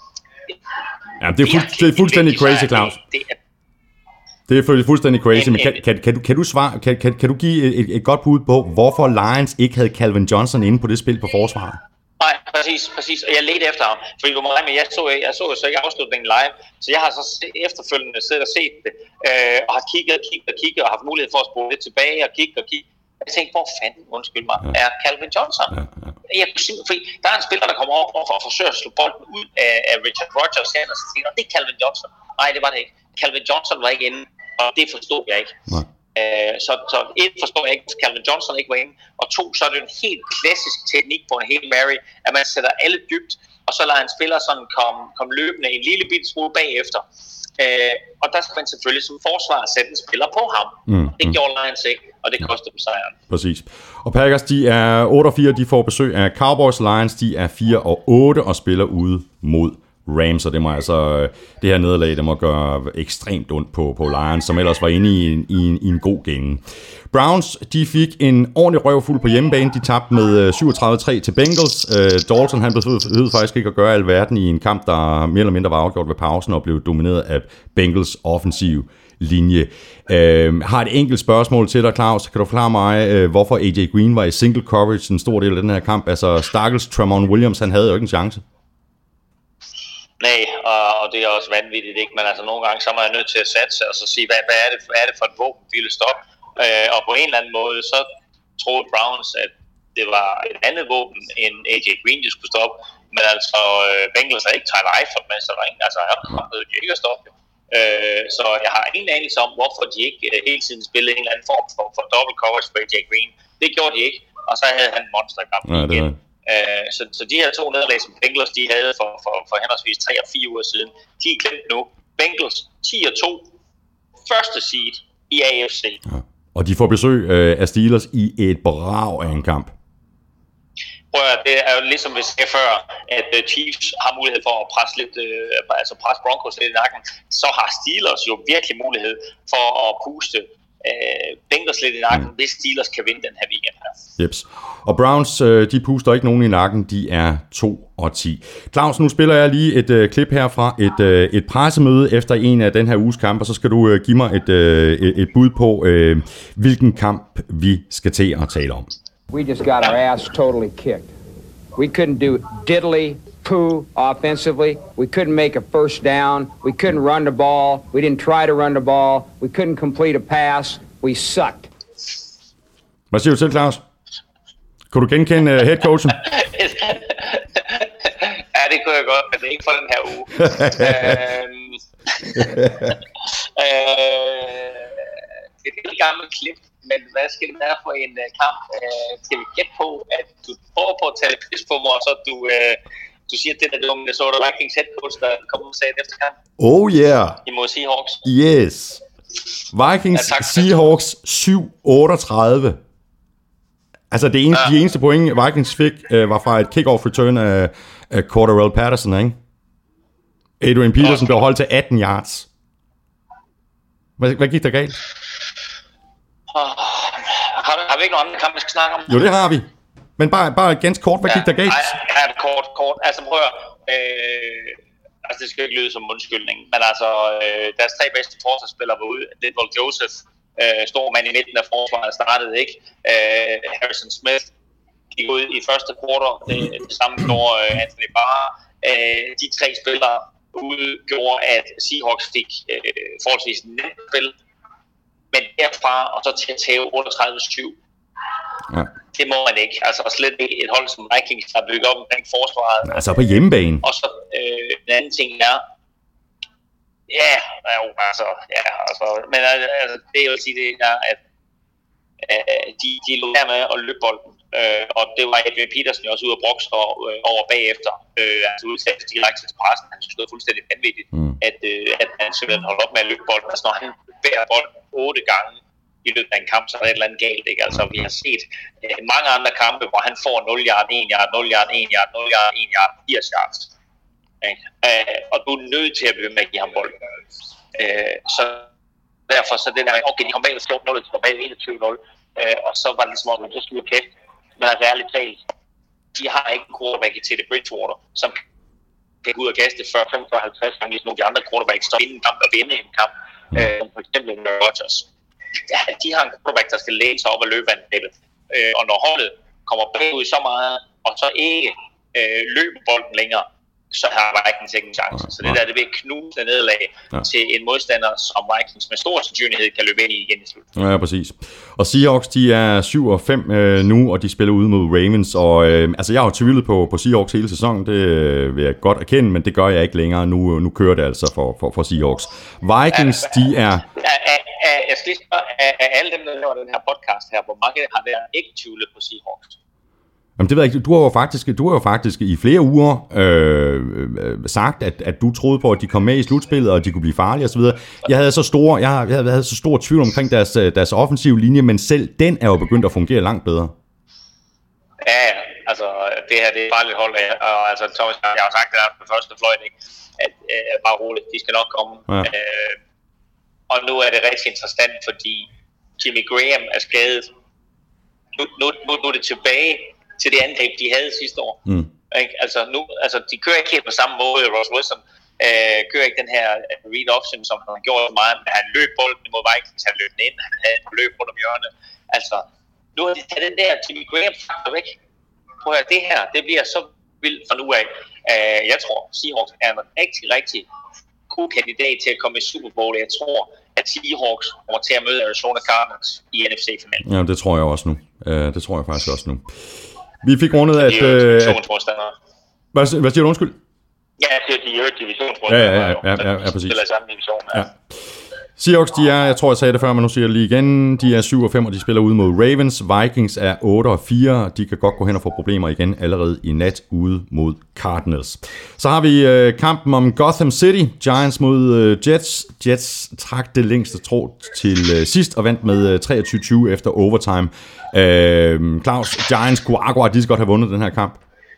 Ja, det er, fuld, det er fuldstændig crazy, Claus. Det er, det er fuldstændig crazy, men kan, kan, kan, du, kan, du, svare, kan, kan, kan du give et, et godt bud på, hvorfor Lions ikke havde Calvin Johnson inde på det spil på forsvaret? Nej, præcis, præcis. Og jeg ledte efter ham. Fordi du må regne med, jeg så, jeg så jo så ikke afslutningen live, så jeg har så efterfølgende siddet og set det, øh, og har kigget og kigget og kigget, og haft mulighed for at spole lidt tilbage og kigge og kigge. Jeg tænkte, hvor fanden, undskyld mig, ja. er Calvin Johnson? Ja, ja. Jeg kunne simpelthen, fordi der er en spiller, der kommer over for at forsøge at slå bolden ud af, af Richard Rodgers her, og så tænkte jeg, det er Calvin Johnson. Nej, det var det ikke. Calvin Johnson var ikke inde, og det forstod jeg ikke. Uh, så, så et forstår jeg ikke, at Calvin Johnson ikke var inde, og to, så er det en helt klassisk teknik på en Hail Mary, at man sætter alle dybt, og så lader en spiller sådan komme kom løbende en lille bitte smule bagefter. Uh, og der skal man selvfølgelig som forsvar sætte en spiller på ham. Mm, det mm. gjorde Lions ikke, og det kostede dem sejren. Præcis. Og Packers, de er otte og fire, de får besøg af Cowboys. Lions, de er fire og otte og spiller ude mod Rams, og det må altså, det her nederlag, det må gøre ekstremt ondt på, på Lions, som ellers var inde i en, i en, i en god gænge. Browns, de fik en ordentlig røvfuld på hjemmebane. De tabte med syvogtredive tre til Bengals. Uh, Dalton, han behøvede faktisk ikke at gøre alverden i en kamp, der mere eller mindre var afgjort ved pausen og blev domineret af Bengals offensiv linje. Uh, har et enkelt spørgsmål til dig, Claus. Kan du forklare mig, uh, hvorfor A J Green var i single coverage en stor del af den her kamp? Altså, stakkels Tramon Williams, han havde jo ikke en chance. Nej, og, og det er også vanvittigt, ikke? Men altså nogle gange, så er man nødt til at satse og så sige, hvad, hvad, er, det, hvad er det for et våben, vi vil stoppe? Øh, og på en eller anden måde, så troede Browns, at det var et andet våben, end A J Green, de skulle stoppe. Men altså, øh, Bengals har ikke Tyler Eifert med, så der er ingen, altså, han havde de ikke at stoppe. Øh, så jeg har ingen anelse om, hvorfor de ikke øh, hele tiden spillede en eller anden form for, for double coverage på A J Green. Det gjorde de ikke, og så havde han en monsterkamp ja, igen. Uh, så, så de her to nederlag, som Bengals de havde for, for, for henholdsvis tre og fire uger siden, de er glemt nu. Bengals ti og to, første seed i A F C. Ja. Og de får besøg uh, af Steelers i et brag af en kamp. Prøv at, det er jo ligesom vi sagde før, at uh, Chiefs har mulighed for at presse lidt, uh, altså presse Broncos lidt i nakken, så har Steelers jo virkelig mulighed for at puste Uh, Bengals lidt i nakken, mm. hvis Steelers kan vinde den her weekend her. Jeps. Og Browns, uh, de puster ikke nogen i nakken, de er to og ti. Claus, nu spiller jeg lige et uh, klip her fra et, uh, et pressemøde efter en af den her uges kamp, og så skal du uh, give mig et, uh, et, et bud på, uh, hvilken kamp vi skal til at tale om. We just got our ass totally kicked. We couldn't do diddly poo offensively. We couldn't make a first down. We couldn't run the ball. We didn't try to run the ball. We couldn't complete a pass. We sucked. Hvad siger du til, Claus? Kunne du genkende uh, headcoachen? Ja, det kunne jeg godt, men det er ikke for den her uge. øhm, øh, det er et helt gammelt klip, men hvad skal det være for en uh, kamp? Uh, skal vi gætte på, at du prøver på at tage det pis på mig, og så du, uh, du siger, at det der det var Minnesota Vikings headcoach, der kommer og sagde det efter kamp? Oh yeah! Imod Seahawks. Yes! Vikings ja, Seahawks syv otteogtredive. Altså det eneste, ja. de eneste point Vikings fik øh, var fra et kick-off return af, af Cordarrelle Patterson, ikke? Adrian Peterson blev holdt til atten yards. Hvad, hvad gik der galt? Oh, har, har vi ikke nogen andre kampe, vi skal snakke om? Jo, det har vi. Men bare, bare ganske kort, hvad ja, gik der galt? Ja, kort, kort. Altså prøv at øh, altså det skal ikke lyde som undskyldning, men altså øh, deres tre bedste forsvarsspillere var ude. Linval Joseph, øh, stor mand i midten af forsvaret, startede ikke. Øh, Harrison Smith gik ud i første quarter, det, det samme gjorde øh, Anthony Barr. Øh, de tre spillere ude gjorde, at Seahawks fik øh, forholdsvis nemt spil, men derfra og så til at tage otteogtredive syv. Ja. Det må man ikke. Altså slet ikke et hold som Vikings, der bygget op omkring forsvaret. Altså på hjemmebane. Og så øh, den anden ting er, ja, jo, altså, ja, altså, men altså, det jeg vil sige, det er, at øh, de, de lå der med at løbe bolden. Øh, og det var Adrian Peterson også ude af Brox og, øh, over bagefter. Øh, altså udsatte direkte til pressen. Han synes, det var fuldstændig vanvittigt, mm. at, øh, at han simpelthen holdt op med at løbe bolden. Altså når han bærer bolden otte gange i løbet af en kamp, så er der et eller andet galt, ikke? Altså vi har set øh, mange andre kampe, hvor han får nul yard, en yard, nul yard, en yard, nul yard, en yard, firs yards. Øh, og du er nødt til at blive med at give ham bolden. Øh, så derfor så det der, okay, de kom bag fjorten nul, de kom bag enogtyve nul, øh, og så var det som om, at det skulle kæft. Men altså ærligt talt, de har ikke en quarterback i Teddy Bridgewater, som kan gå ud og kaste fyrre, femogfyrre, halvtreds gange, ligesom nogle af de andre quarterbacks, der vinder en kamp og vinde en kamp, øh, som for eksempel Aaron Rodgers. Ja, de har en quarterback, der skal læne sig op og løbe angrebet. Øh, og når holdet kommer bagud så meget, og så ikke øh, løber bolden længere, så har Vikings ikke en chance. Så det der, det vil knuse det nederlag ja. til en modstander, som Vikings med stor sandsynlighed kan løbe ind i igen i slut. Ja, præcis. Og Seahawks, de er syv og fem øh, nu, og de spiller ude mod Ravens. Og øh, altså, jeg har jo tvivlet på, på Seahawks hele sæsonen, det øh, vil jeg godt erkende, men det gør jeg ikke længere. Nu, nu kører det altså for, for, for Seahawks. Vikings, ja, de er... Ja, ja, ja, jeg skal lige spørge, af alle dem, der laver den her podcast her, hvor mange har været ikke tvivlet på Seahawks? Jamen det ved jeg ikke. Du har jo faktisk, du har jo faktisk i flere uger øh, sagt, at, at du troede på, at de kom med i slutspillet, og at de kunne blive farlige osv. Jeg havde så store, jeg havde så stor tvivl omkring deres, deres offensive linje, men selv den er jo begyndt at fungere langt bedre. Ja, altså det her, det er bare lidt hold af. Og altså Thomas, jeg har sagt det der på første fløjt, ikke? At øh, bare roligt, de skal nok komme. Ja. Øh, og nu er det rigtig interessant, fordi Jimmy Graham er skadet. Nu, nu, nu, nu er det tilbage til det angreb, de havde sidste år. Mm. Altså, nu, altså, de kører ikke helt på samme måde. Ross Wilson øh, kører ikke den her read option, som han har gjort meget. Han løb bolden mod Vikings, han løb den ind, han havde en løb rundt om hjørnet. Altså, nu har de taget den der Jimmy Graham-faktor væk. Prøv at det her, det bliver så vildt fra nu af. Øh, jeg tror, Seahawks er en rigtig, rigtig god kandidat til at komme i Super Bowl. Jeg tror, at Seahawks kommer til at møde Arizona Cardinals i N F C-finalen. Ja, det tror jeg også nu. Uh, det tror jeg faktisk også nu. Vi fik rundet, at... De er jo divisionsmodstandere. Hvad, hvad siger du, undskyld? Ja, det er de jo divisionsmodstandere. Ja, ja, ja, ja, ja, ja, præcis. De spiller i samme division, ja. ja. Seahawks, de er, jeg tror, jeg sagde det før, men nu siger jeg lige igen, de er syv og fem, og de spiller ude mod Ravens. Vikings er otte og fire, de kan godt gå hen og få problemer igen allerede i nat ude mod Cardinals. Så har vi øh, kampen om Gotham City, Giants mod øh, Jets. Jets trak det længste tråd til øh, sidst og vandt med øh, treogtyve tyve efter overtime. Øh, Claus, Giants kunne akkurat lige så godt have vundet den her kamp.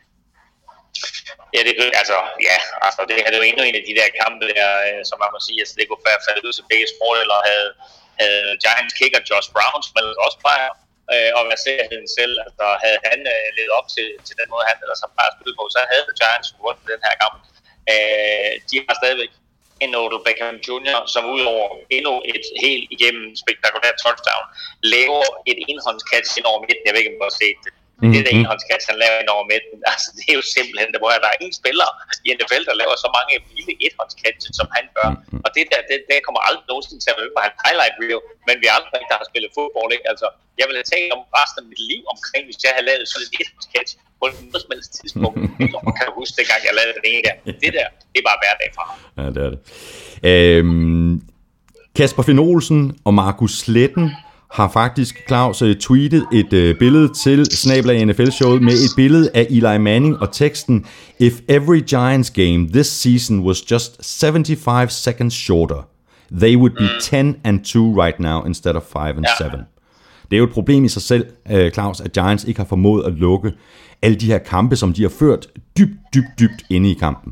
Ja, det altså, ja, altså, det er jo endnu en af de der kampe, der, som man må sige, altså, det kunne være faldet ud til begge sport, eller havde, havde Giants kicker Josh Brown, som også plejer, øh, og være sikkerheden selv, altså, havde han øh, levet op til, til den måde, han ellers har plejer at spille på, så havde Giants vundet den her kamp. Øh, de har stadigvæk en Odell Beckham junior, som udover endnu et helt igennem spektakulært touchdown, laver et enhåndskatch ind over midten. Jeg ved ikke, om du har set det. Mm-hmm. Det der enhåndskast, han laver ind over midten, altså det er jo simpelthen, det, hvor der er ingen spillere i N F L, der laver så mange vilde enhåndskast, som han gør. Mm-hmm. Og det der, det, det kommer aldrig nogensinde til at være på hans highlight reel, men vi andre ikke, der har spillet fodbold, ikke? Altså, jeg ville have talt om resten af mit liv omkring, hvis jeg havde lavet sådan et enhåndskast på et noget som helst tidspunkt. Og kan du huske dengang, jeg lavede den ene der. Det der, det er bare hverdag fra ham. Ja, det er det. Øhm, Kasper Finn Olsen og Markus Sletten har faktisk, Claus, tweetet et øh, billede til snabel-a N F L-showet med et billede af Eli Manning og teksten: If every Giants game this season was just seventy-five seconds shorter, they would be ten and two right now instead of five and seven. Ja. Det er jo et problem i sig selv, øh, Claus, at Giants ikke har formået at lukke alle de her kampe, som de har ført dybt, dybt, dybt inde i kampen.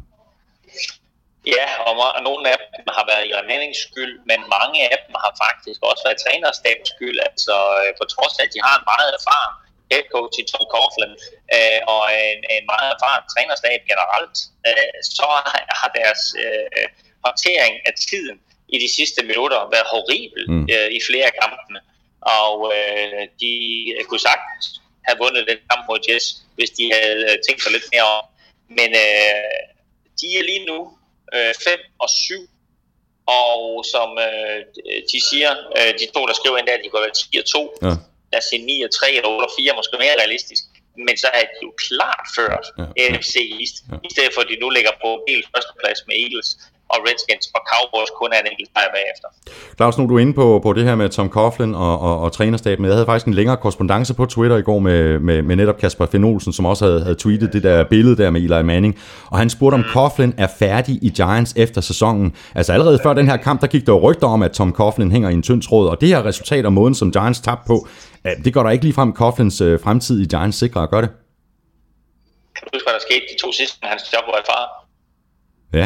Ja, og nogle af dem har været Eli Mannings skyld, men mange af dem har faktisk også været trænerstabens skyld. Altså på trods af, at de har en meget erfaren head coach i Tom Coughlin øh, og en, en meget erfaren trænerstab generelt, øh, så har deres øh, håndtering af tiden i de sidste minutter været horribel mm. øh, i flere af kampene. Og øh, de kunne sagtens have vundet den kamp mod Jets, hvis de havde tænkt sig lidt mere om. Men øh, de er lige nu fem og syv, og som øh, de siger, øh, de to, der skriver ind der, de kunne være ti og to, ja. Lad os sige ni og tre eller otte og fire, måske mere realistisk, men så er de jo klart ført ja. N F C East, ja. I stedet for at de nu ligger på helt førsteplads med Eagles og Redskins, og Cowboys kun er en enkelt sejr bagefter. Claus, nu er du inde på, på det her med Tom Coughlin og, og, og trænerstaben. Jeg havde faktisk en længere korrespondance på Twitter i går med, med, med netop Kasper Finn Olsen, som også havde, havde tweetet det der billede der med Eli Manning. Og han spurgte, om Coughlin er færdig i Giants efter sæsonen. Altså allerede før den her kamp, der gik der jo rygter om, at Tom Coughlin hænger i en tynd tråd. Og det her resultat og måden, som Giants tabte på, det går der ikke ligefrem Coughlins øh, fremtid i Giants sikre at gøre det. Kan du huske, hvad der skete de to sidste, hans job var i far? Ja.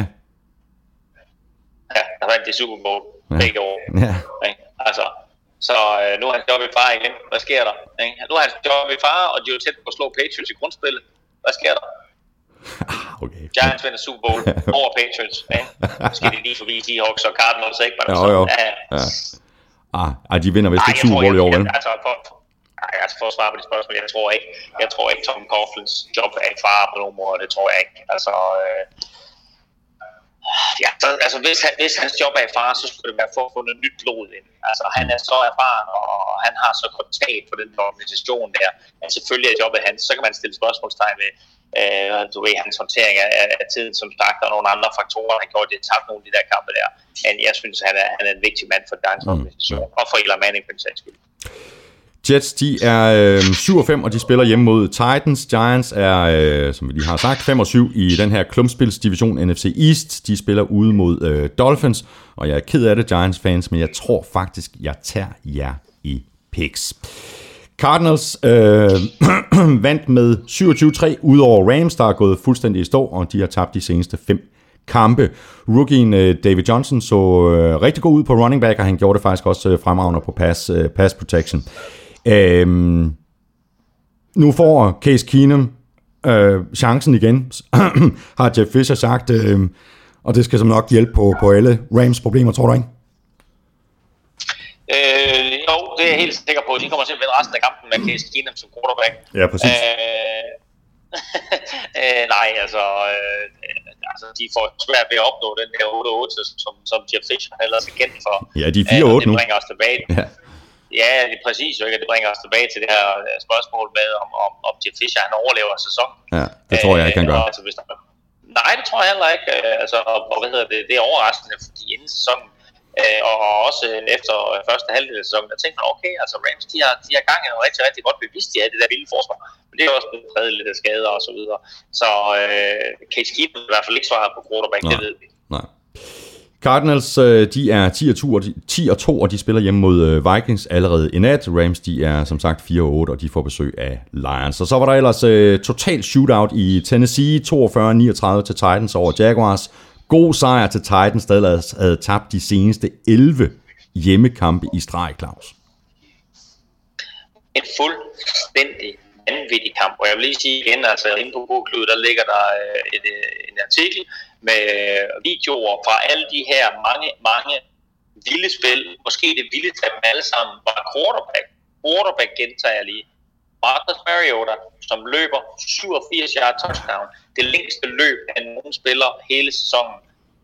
Ja, der vandt det Super Bowl ja. begge år. Ja. Altså, så øh, nu er hans job i far igen. Hvad sker der? Ikke? Nu er hans job i far, og de er jo tæt på at slå Patriots i grundspillet. Hvad sker der? Okay. Giants vinder Super Bowl over Patriots. Ikke? Skal de lige forbi Seahawks og Cardinals, ikke? Men jo, jo. Ja, ja. Ah, ah, de vinder vist ikke Super Bowl i år, vel? Altså, for, altså, for at svare på de spørgsmål, jeg tror ikke, jeg tror ikke Tom Coughlins job er i fare på nogen måde. Det tror jeg ikke. Altså... Øh, Ja, så, altså hvis, han, hvis hans job er i fare, så skulle det være for at få noget nyt blod ind. Altså han er så erfaren, og han har så godt tag på den organisation der, at selvfølgelig er jobbet hans. Så kan man stille spørgsmålstegn ved, øh, du ved, hans håndtering af, af tiden, som sagt, og nogle andre faktorer, der har gjort det, tabt nogle af de der kampe der. Men jeg synes, han er, han er en vigtig mand for Giants organisation, mm, ja. Og for Eli Manning på den sags skyld. Jets, de er øh, syv og fem, og de spiller hjemme mod Titans. Giants er, øh, som vi lige har sagt, fem og syv i den her klumpspilsdivision N F C East. De spiller ude mod øh, Dolphins, og jeg er ked af det, Giants-fans, men jeg tror faktisk, jeg tager jer i picks. Cardinals øh, vandt med syvogtyve tre ud over Rams, der er gået fuldstændig i stå, og de har tabt de seneste fem kampe. Rookien øh, David Johnson så øh, rigtig god ud på running back, og han gjorde det faktisk også øh, fremragende på pass, øh, pass protection. Øhm, nu får Case Keenum øh, chancen igen, har Jeff Fisher sagt, øh, og det skal som nok hjælpe på, på alle Rams problemer, tror du ikke? Øh, jo, det er jeg helt sikker på. De kommer til at vinde resten af kampen med Case Keenum som quarterback. Ja, præcis. Øh, øh, nej, altså, øh, altså, de får svært ved at opnå den der otte otte, som, som Jeff Fisher ellers er kendt for. Ja, de er fire otte øh, nu. Det bringer os tilbage. Ja. Ja, det er præcis, ikke? Det bringer os tilbage til det her spørgsmål med, om, om, om Jeff Fisher han overlever sæsonen. Ja, det tror jeg ikke, han gør. Øh, altså, hvis der... Nej, det tror jeg heller ikke. Altså, og, og hvad hedder det, det er overraskende, fordi inden sæsonen, øh, og også efter første halvdel af sæsonen, der tænkte man, okay, altså Rams, de har, de har gang i noget rigtig, rigtig godt bevidst, de er det der vilde forsvar. Men det er også blevet præget lidt af skader og så videre. Så øh, Case Keenum i hvert fald ikke svaret på quarterback, nej, det ved vi. Nej. Cardinals, de er ti og to, og de spiller hjemme mod Vikings allerede i nat. Rams, de er som sagt fire og otte, og de får besøg af Lions. Og så var der ellers uh, total shootout i Tennessee, toogfyrre niogtredive til Titans over Jaguars. God sejr til Titans, der havde, havde tabt de seneste elleve hjemmekampe i streg, Claus. En fuldstændig vanvittig kamp, og jeg vil lige sige igen, altså inde på Google, der ligger der et, en artikel med videoer fra alle de her mange, mange vilde spil. Måske det vildeste af dem alle sammen var quarterback. Quarterback gentager lige. Marcus Mariota, som løber syvogfirs yard touchdown. Det længste løb af nogen spiller hele sæsonen.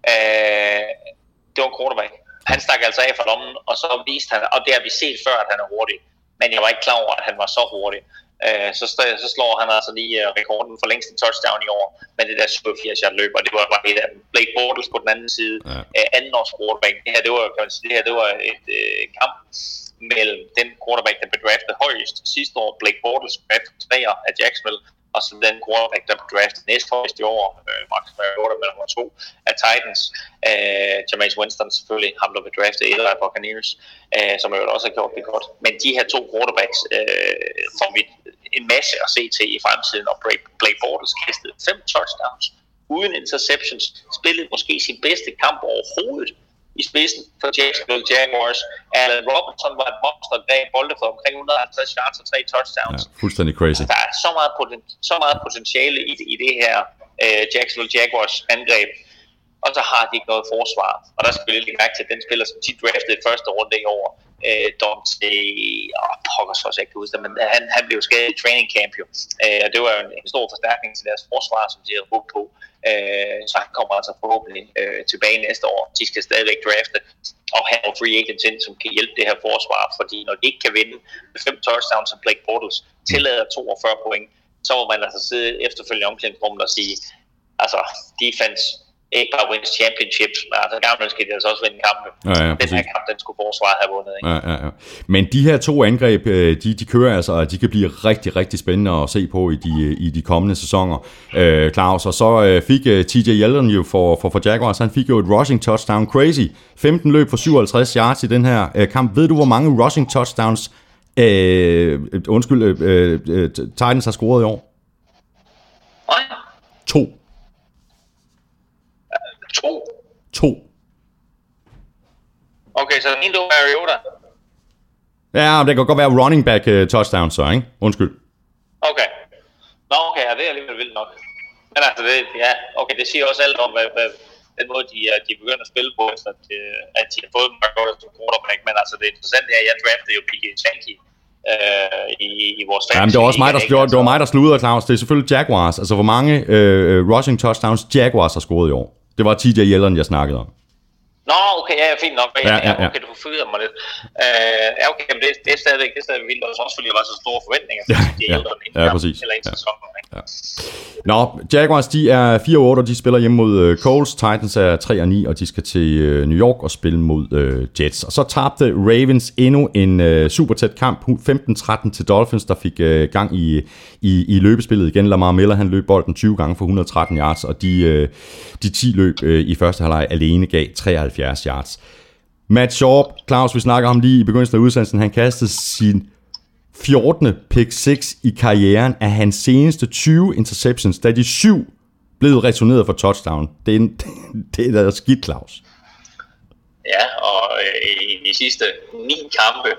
Øh, det var en quarterback. Han stak altså af fra lommen, og så viste han, og det har vi set før, at han er hurtig. Men jeg var ikke klar over, at han var så hurtig. Øh, så, så slår han altså lige rekorden for længste touchdown i år, med det der syvogfirs yard løb, og det var bare et af dem. Blake Bortles på den anden side, ja. øh, anden års quarterback. Det her, det var, kan man sige, det her, det var et øh, kamp mellem den quarterback, der blev draftet højst sidste år, Blake Bortles, draftet treer af Jacksonville, og så den quarterback, der blev draftet næsthøjst i år, øh, Marcus Mariota med nummer to af Titans, øh, Jameis Winston selvfølgelig, ham der blev draftet et af Buccaneers, øh, som jo også har gjort det godt. Men de her to quarterbacks øh, får vi en masse at se til i fremtiden, og Blake Bortles kastede fem touchdowns uden interceptions, spillede måske sin bedste kamp overhovedet i spidsen for Jacksonville Jaguars. Allen Robinson var et monster, der gav bolde for omkring et hundrede og halvtreds yards og tre touchdowns. Ja, fuldstændig crazy. Der er så meget, poten- så meget potentiale i, i det her uh, Jacksonville Jaguars angreb, og så har de ikke noget forsvar. Og der skal vi lidt mærke til, at den spiller, som de draftede i første runde i år, uh, Dante, åh, pokker så også ikke huske det, men han, han blev skadet i training camp jo. Uh, og det var jo en, en stor forstærkning til deres forsvar, som de havde brugt på. Uh, så han kommer altså forhåbentlig uh, tilbage næste år. De skal stadigvæk drafte og have nogle free agents ind, som kan hjælpe det her forsvar, fordi når de ikke kan vinde med fem touchdowns, som Blake Bortles tillader toogfyrre point, så må man altså sidde efterfølgende i omklædningsrummet og sige, altså defense ikke bare wins championships, men altså gamle skal de altså også vinde kampe. Ja, ja, den her kamp, den skulle forsvaret have vundet, ikke? Ja, ja, ja. Men de her to angreb, de, de kører altså, og de kan blive rigtig, rigtig spændende at se på i de, i de kommende sæsoner. Øh, Claus, og så øh, fik uh, T J Yeldon jo for, for, for Jaguars, han fik jo et rushing touchdown, crazy. femten løb for syvoghalvtreds yards i den her øh, kamp. Ved du, hvor mange rushing touchdowns øh, undskyld, øh, øh, Titans har scoret i år? Nej. To. To? To. Okay, så en du Mariota? Ja, det kan godt være running back uh, touchdown så, ikke? Undskyld. Okay. Nå, okay, ja, det er alligevel vildt nok. Men altså, det, ja, okay, det siger også alt om, hvad, hvad den måde, de, de begynder at spille på, at de, at de har fået Mariota som quarterback. Men altså, det interessante er, at jeg draftede jo P J Sankey øh, i, i vores fantasy. Jamen, det var også mig, der, slår, det var mig, der sludrede, Claus. Det er selvfølgelig Jaguars. Altså, hvor mange øh, rushing touchdowns Jaguars har scoret i år? Det var T J Yeldon, jeg snakkede om. Nå, okay, ja, fint nok. Ja, ja, ja. Okay, du forfyrer mig lidt. Uh, ja, okay, men det, det er stadigvæk, det er stadigvæk vildt, også fordi der var så store forventninger til ja, T J Yeldon ja, ja, præcis. Eller en sæson. Ja. Nå, Jaguars, de er fire og otte, og de spiller hjemme mod uh, Colts. Titans er tre og ni, og de skal til uh, New York og spille mod uh, Jets. Og så tabte Ravens endnu en uh, super tæt kamp, femten tretten til Dolphins, der fik uh, gang i, i, i løbespillet igen. Lamar Miller, han løb bolden tyve gange for et hundrede og tretten yards, og de, uh, de ti løb uh, i første halvleg alene gav treoghalvfjerds yards. Matt Schaub, Claus, vi snakker om lige i begyndelsen af udsendelsen, han kastede sin fjortende pick seks i karrieren af hans seneste tyve interceptions, da de syv blev returneret for touchdown. Det er, en, det er da skidt, Claus. Ja, og øh, i de sidste ni kampe,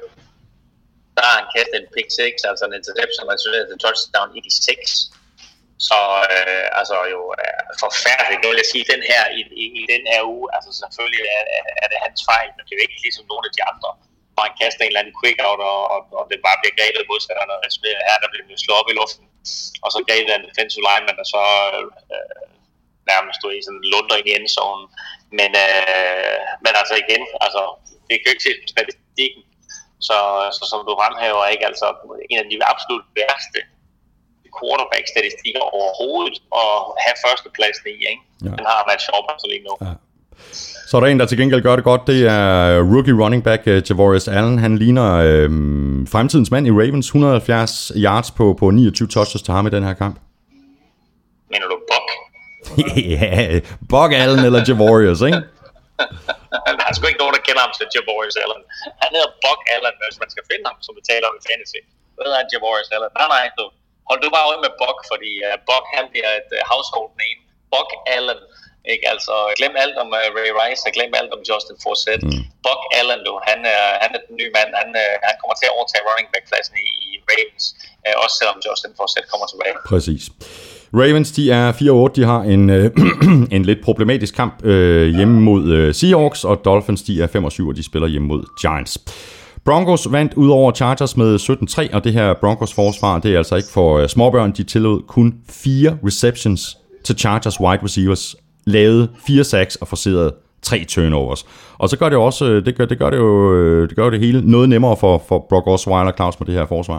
der har han kastet en pick seks, altså en interception returneret til touchdown i de seks. Så øh, altså jo øh, forfærdeligt. Nu vil jeg sige, den her i, i, i den her uge, altså selvfølgelig er, er det hans fejl, men det er jo ikke ligesom nogle af de andre. Og han kaster en eller anden quick out, og, og, og det bare bliver grebet modstanderne. Her der bliver slået op i luften, og så grebet af en defensive lineman, og så øh, nærmest stod i sådan en lunder ind i endzonen. Men, øh, men altså igen, altså det kan jo ikke ses på statistikken. Så, så som du fremhæver, ikke altså en af de absolut værste quarterback-statistikker overhovedet og have førstepladsen i, ikke? Ja. Den har Matt Schaub altså lige nu. Ja. Så er der en, der til gengæld gør det godt. Det er rookie running back uh, Javorius Allen. Han ligner øh, fremtidens mand i Ravens. et hundrede og halvfjerds yards på, på niogtyve touches til ham i den her kamp. Mener du Buck? Ja, Buck Allen eller Javorius, ikke? Der er sgu ikke nogen, der kender ham til Javorius Allen. Han hedder Buck Allen, hvis man skal finde ham, som vi taler om i fantasy. Hvad hedder han Javorius Allen? Nej, nej, du. Hold du bare øje med Buck, fordi uh, Buck, han bliver et uh, household name. Buck Allen. Ikke? Altså, glem alt om uh, Ray Rice, og glem alt om Justin Forsett. Mm. Buck Allen, du, han, uh, han er den nye mand. Han, uh, han kommer til at overtage running back-pladsen i, i Ravens. Uh, også selvom Justin Forsett kommer tilbage. Præcis. Ravens, de er fire og otte. De har en, øh, en lidt problematisk kamp øh, hjemme mod øh, Seahawks, og Dolphins, de er fem og syv, og de spiller hjemme mod Giants. Broncos vandt ud over Chargers med sytten tre, og det her Broncos forsvar, det er altså ikke for uh, småbørn. De tillod kun fire receptions til Chargers wide receivers, lavede fire sacks og forcerede tre turnovers. Og så gør det også, det gør det, gør det jo det, gør det hele noget nemmere for, for Brock Osweiler, Claus, på det her forsvar.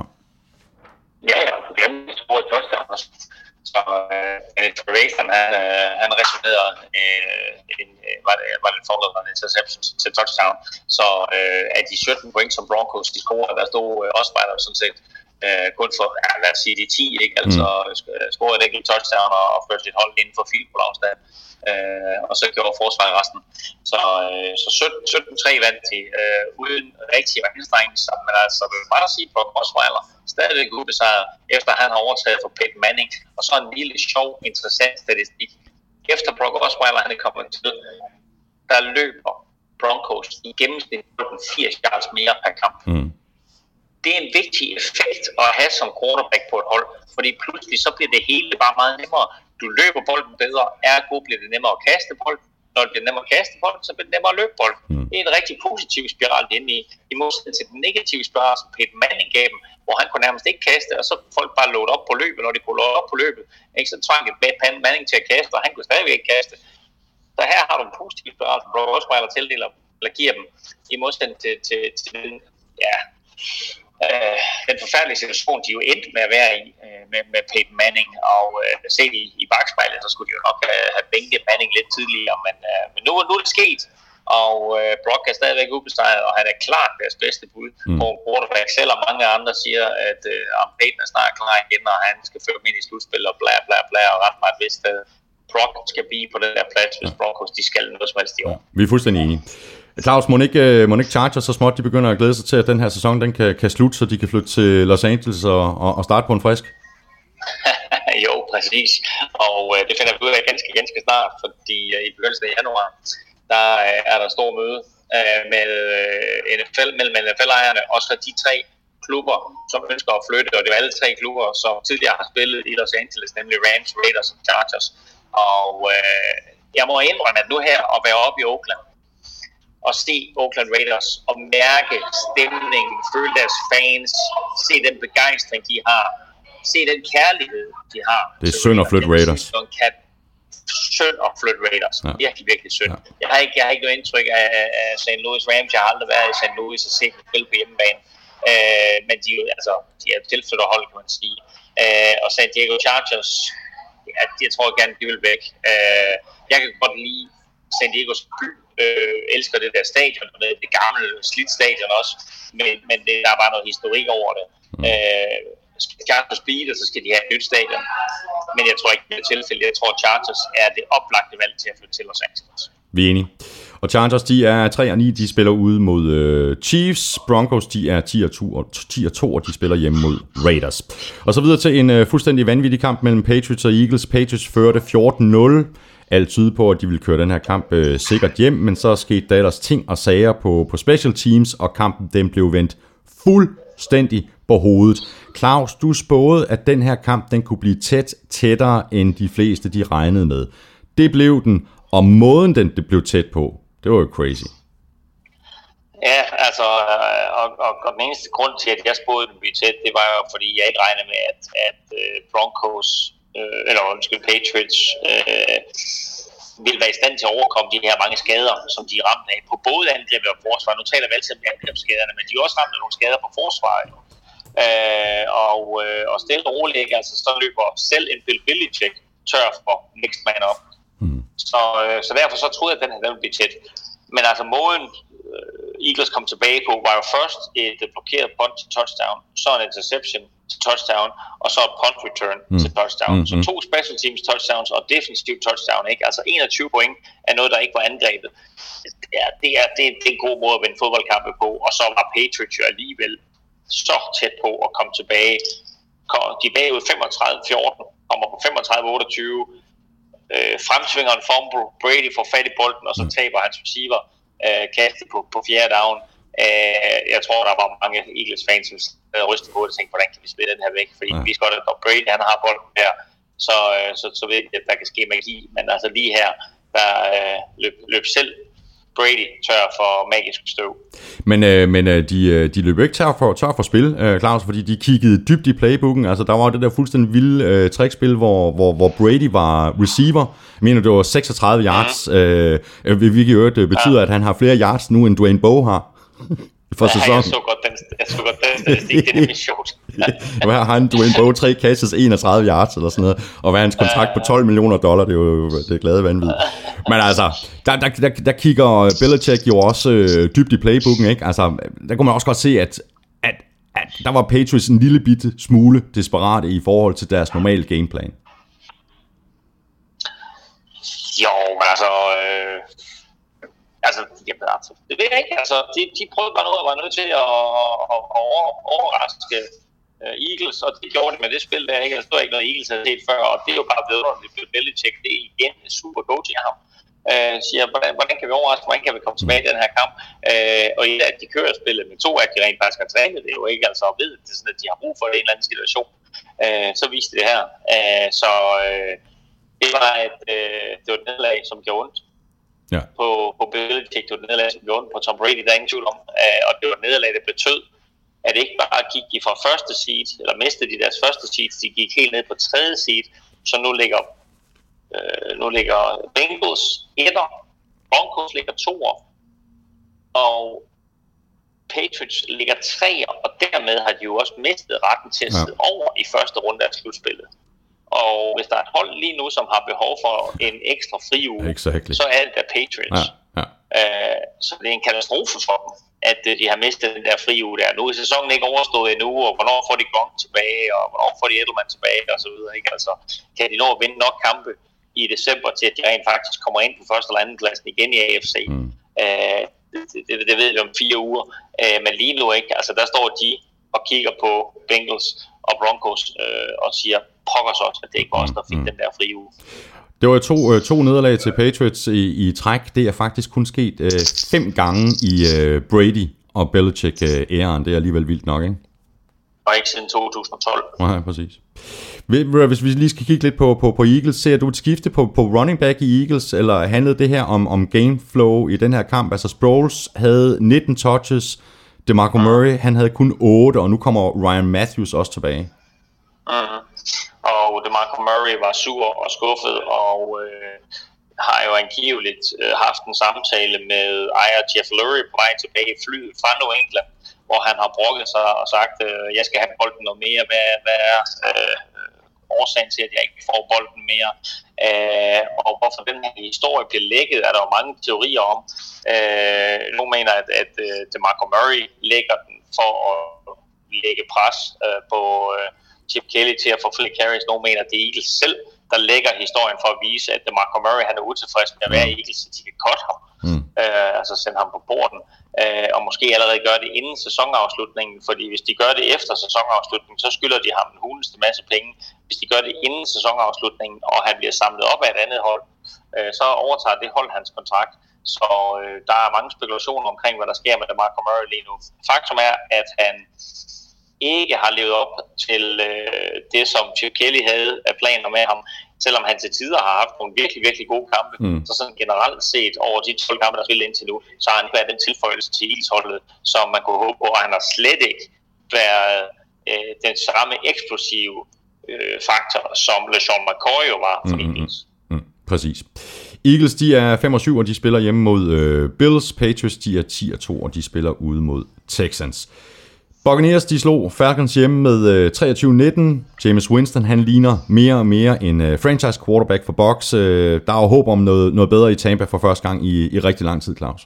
Ja, ja, det er en stor touchdown også. Så uh, Grayson, han, uh, han resonerede uh, en, uh, var det, var det en forløb en interception til touchdown. Så uh, af de sytten point, som Broncos de scorede, der stod uh, Osweiler sådan set uh, kun for, ja, lad os sige, de ti, ikke? Altså mm. scorede et enkelt touchdown og, og førte sit hold inden for field goal afstand. Uh, og så gjorde forsvaret resten. Så, uh, så sytten tre vandt de uh, uden rigtig anstrengelse, men altså vil bare sige på Osweiler stadigvæk ubesejret, efter han har overtaget for Peyton Manning. Og så en lille sjov, interessant statistik. Efter Brock Osweiler han er kommet til, der løber Broncos i gennemsnit firs yards mere per kamp. Mm. Det er en vigtig effekt at have som quarterback på et hold, fordi pludselig så bliver det hele bare meget nemmere. Du løber bolden bedre, ergo bliver det nemmere at kaste bolden. Når det bliver nemmere at kaste bolden, så bliver det nemmere at løbe bolden. Mm. Det er en rigtig positiv spiral inde i, i modsætning til den negative spiral, som Peyton Manning gav dem, hvor han kunne nærmest ikke kaste, og så folk bare låde op på løbet, når de kunne låde op på løbet. Ikke? Så tvang et Peyton Manning til at kaste, og han kunne stadigvæk ikke kaste. Så her har du en positiv spiral, som Brock Osweiler tildeler, eller giver dem, i modsætning til, til, til den, ja, øh, den forfærdelige situation, de jo endte med at være i øh, med, med Peyton Manning, og øh, set i, i bagspejlet, så skulle de jo nok have, have bænket Manning lidt tidligere, men, øh, men nu, nu er det sket, og øh, Brock er stadigvæk ubesejret, og han er klart deres bedste bud mm. på quarterback, selvom mange andre siger, at øh, Peyton er snart klar igen, og han skal føre dem ind i slutspil, og bla bla bla, og ret mig et vist sted. Brock skal blive på den der plads, hvis Broncos de skal noget som helst i år. Ja, vi er fuldstændig enige. Claus, må ikke, må ikke Chargers så småt, de begynder at glæde sig til, at den her sæson den kan, kan slutte, så de kan flytte til Los Angeles og, og, og starte på en frisk? Jo, præcis. Og øh, det finder vi ud af ganske, ganske snart, fordi øh, i begyndelsen af januar, der øh, er der stor møde øh, med øh, N F L, mellem N F L-ejerne, og så de tre klubber, som ønsker at flytte, og det er alle tre klubber, som tidligere har spillet i Los Angeles, nemlig Rams, Raiders og Chargers. Og øh, jeg må indrømme, at nu her at være oppe i Oakland, og se Oakland Raiders, og mærke stemningen, føle deres fans, se den begejstring, de har, se den kærlighed, de har. Det er synd at flytte Raiders. Synd at flytte Raiders. Ja. Virkelig, virkelig synd. Ja. Jeg, har ikke, jeg har ikke noget indtryk af, af Saint Louis Rams. Jeg har aldrig været i Saint Louis og set dem spille på hjemmebane. Uh, men de, altså, de er tilflytterhold, kan man sige. Uh, og San Diego Chargers, ja, jeg tror gerne, de vil væk. Uh, jeg kan godt lide San Diegos by. Øh, elsker det der stadion, det, det gamle slidt stadion også, men, men det, der er bare noget historik over det. Mm. Øh, skal Chargers blive det, så skal de have et nyt stadion, men jeg tror ikke, det er tilfældet. Jeg tror, Chargers er det oplagte valg til at flytte til Los Angeles. Vi er enige. Og Chargers, de er tre og ni, de spiller ude mod øh, Chiefs. Broncos, de er ti og to, og de spiller hjemme mod Raiders. Og så videre til en øh, fuldstændig vanvittig kamp mellem Patriots og Eagles. Patriots førte fjorten nul. Alt tyder på, at de ville køre den her kamp øh, sikkert hjem, men så skete der ellers ting og sager på, på special teams, og kampen den blev vendt fuldstændig på hovedet. Claus, du spåede, at den her kamp den kunne blive tæt, tættere end de fleste de regnede med. Det blev den, og måden den det blev tæt på, det var jo crazy. Ja, altså, og, og, og den eneste grund til, at jeg spåede den blive tæt, det var jo, fordi jeg ikke regnede med, at, at uh, Broncos Øh, eller undskyld, Patriots øh, vil være i stand til at overkomme de her mange skader, som de er ramt af på både angrebet og forsvaret. Nu taler vi altid om angrebsskaderne, men de er også ramt af nogle skader på forsvaret. Øh, og, øh, og stille og roligt, altså, så løber selv en Bill Belichick tør for next man up. Mm. Så, øh, så derfor så troede jeg, at den her den ville blive tæt. Men altså måden øh, Eagles kom tilbage på, var jo først et blokeret punt til touchdown, så en interception til touchdown, og så et punt return mm. til touchdown. Mm-hmm. Så to special teams touchdowns og defensive touchdown, ikke? Altså enogtyve point er noget, der ikke var angrebet. Det er, det er, det er, det er en god måde at vinde fodboldkampe på, og så var Patriots jo alligevel så tæt på at komme tilbage. De er bagud femogtredive fjorten, kommer på femogtredive otteogtyve, øh, fremsvinger en fumble, Brady får fat i bolden, og så taber hans receiver øh, kastet på, på fjerde down. Øh, jeg tror, der var mange Eagles fans, som havde rystet på det og tænkte, hvordan kan vi spille den her væk? Fordi ja. vi skal godt, at Brady han har bolden der, så, øh, så, så ved vi, at der kan ske magi. Men altså lige her, der øh, løb, løb selv Brady tør for magisk støv. Men, øh, men øh, de, de løb ikke tør for, tør for spil, øh, Claus, fordi de kiggede dybt i playbooken. Altså, der var det der fuldstændig vilde øh, trickspil, hvor, hvor, hvor Brady var receiver. Jeg mener, det var seksogtredive yards, mm. øh, hvilket jo det betyder, ja. at han har flere yards nu, end Dwayne Bowe har. For ja, jeg så godt den, jeg så godt den statistik, det er nemlig sjovt. Hvad har han? Dwayne Bowe, tre catches, enogtredive yards eller sådan noget, og hvad er hans kontrakt på tolv millioner dollar, det er jo det glade vanvid. Men altså, der, der, der, der kigger Belichick jo også øh, dybt i playbooken, ikke? Altså, der kunne man også godt se, at, at, at der var Patriots en lille bitte smule desperate i forhold til deres normale gameplan. Jo, men altså... Øh... Altså, jamen, altså, det ved jeg ikke. Altså, de, de prøvede bare noget at være nødt til at, at, at overraske uh, Eagles, og det gjorde de med det spil der, ikke? Altså, det var ikke noget Eagles havde set før, og det er jo bare bedre, det blev Belichick, det er igen super coach i ham. Uh, siger, hvordan, hvordan kan vi overraske, hvordan kan vi komme tilbage i den her kamp? Uh, og i at de kører spillet med to, at de rent faktisk har trænet det, jo ikke, altså, og ved, det er sådan, at de har brug for det i en eller anden situation. Uh, så viste det her. Uh, så uh, det var et, uh, det var et nederlag, som gjorde ondt. Ja. På, på Belichick, det var nederlag, som gjorde på Tom Brady, der er ingen tvivl om. Uh, og det var nederlag, der betød, at ikke bare gik de fra første seed, eller mistede de deres første seed, de gik helt ned på tredje seed, så nu ligger, uh, nu ligger Bengals etter, Broncos ligger toer, og Patriots ligger treer, og dermed har de jo også mistet retten til at sidde ja. over i første runde af slutspillet. Og hvis der er et hold lige nu, som har behov for en ekstra fri uge, exactly. så er det der Patriots. Ja, ja. Uh, så det er en katastrofe for dem, at uh, de har mistet den der fri uge der. Nu er sæsonen ikke overstået endnu, og hvornår får de Gronk tilbage, og hvornår får de Edelman tilbage, og så videre. Ikke? Altså, kan de nå at vinde nok kampe i december, til at de rent faktisk kommer ind på første eller anden pladsen igen i A F C? Mm. Uh, det, det, det ved vi om fire uger. Uh, men lige nu ikke. Altså, der står de og kigger på Bengals og Broncos øh, og siger, pokker så også, at det ikke var os, der fik mm. den der frie uge. Det var to, to nederlag til Patriots i, i træk. Det er faktisk kun sket øh, fem gange i øh, Brady og Belichick-æren. Det er alligevel vildt nok, ikke? Og ikke siden to tusind og tolv. Nej, præcis. Hvis vi lige skal kigge lidt på, på, på Eagles, ser du et skifte på, på running back i Eagles, eller handlede det her om, om game flow i den her kamp? Altså Sproles havde nitten touches, DeMarco Murray, han havde kun otte, og nu kommer Ryan Matthews også tilbage. Mm-hmm. Og DeMarco Murray var sur og skuffet, og øh, har jo angiveligt øh, haft en samtale med ejer Jeff Lurie på vej tilbage i flyet fra New England, hvor han har brokket sig og sagt, øh, jeg skal have bolden noget mere, hvad, hvad er øh, årsagen til, at jeg ikke får bolden mere. Øh, og hvorfor den her historie bliver lækket, er der jo mange teorier om. Øh, nogle mener, at, at uh, DeMarco Murray lægger den for at lægge pres uh, på uh, Chip Kelly til at få flere carries. Nogle mener, at det er Eagles selv, der lægger historien for at vise, at DeMarco Murray han er utilfreds med at være i Eagles, så de kan cutte ham. Mm. Uh, altså sende ham på borden. Uh, og måske allerede gøre det inden sæsonafslutningen, fordi hvis de gør det efter sæsonafslutningen, så skylder de ham en huleste masse penge. Hvis de gør det inden sæsonafslutningen, og han bliver samlet op af et andet hold, uh, så overtager det hold hans kontrakt. Så uh, der er mange spekulationer omkring, hvad der sker med DeMarco Murray lige nu. Faktum er, at han ikke har levet op til uh, det, som Chip Kelly havde af planer med ham, selvom han til tider har haft nogle virkelig, virkelig gode kampe. Mm. Så sådan generelt set over de tolv kampe, der er spillet indtil nu, så har han ikke været den tilføjelse til Eagles-holdet, som man kunne håbe på, og han har slet ikke været øh, den samme eksplosive øh, faktor, som LeSean McCoy jo var for mm, Eagles. Mm, mm, præcis. Eagles, de er fem og syv, og de spiller hjemme mod øh, Bills. Patriots, de er ti og to, og de spiller ude mod Texans. Buccaneers, de slog Falcons hjemme med øh, treogtyve nitten. Jameis Winston, han ligner mere og mere en øh, franchise quarterback for Bucs. Øh, der er jo håb om noget, noget bedre i Tampa for første gang i, i rigtig lang tid, Claus.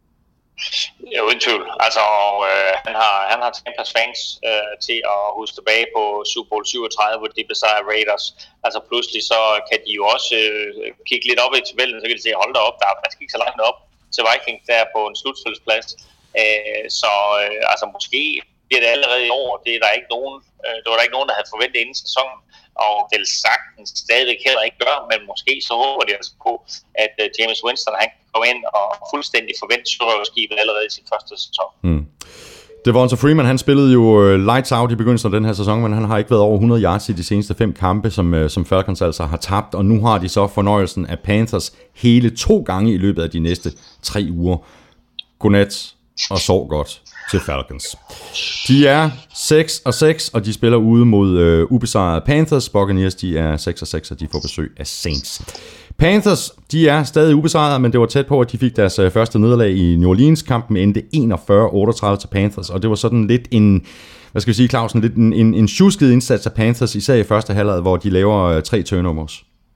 Ja, uden tvivl. Altså, øh, han har, han har Tampas fans øh, til at huske tilbage på Super Bowl syvogtredive, hvor de besejrer Raiders. Altså pludselig så kan de jo også øh, kigge lidt op i tabellen, så kan de se, hold da op, der er faktisk ikke så langt op til Vikings der på en slutspilsplads. Øh, så øh, altså måske bliver det allerede i år. Det er der ikke nogen, øh, det var der ikke nogen, der havde forventet inden sæsonen, og vel sagtens stadigvæk heller ikke gør, men måske så håber de altså på, at uh, Jameis Winston han kan komme ind og fuldstændig forvente sørøverskibet allerede i sin første sæson. Mm. Devonta Freeman, han spillede jo lights out i begyndelsen af den her sæson, men han har ikke været over hundrede yards i de seneste fem kampe, som, som Falcons altså har tabt, og nu har de så fornøjelsen af Panthers hele to gange i løbet af de næste tre uger. Godnat og sov godt til Falcons. De er seks og seks, og de spiller ude mod øh, ubesejrede Panthers. Buccaneers, de er seks og seks, og de får besøg af Saints. Panthers, de er stadig ubesejrede, men det var tæt på, at de fik deres øh, første nederlag i New Orleans-kampen, endte enogfyrre otteogtredive til Panthers, og det var sådan lidt en, hvad skal vi sige, Clausen, lidt en, en, en tjusket indsats af Panthers, især i første halvleg, hvor de laver øh, tre turnovers.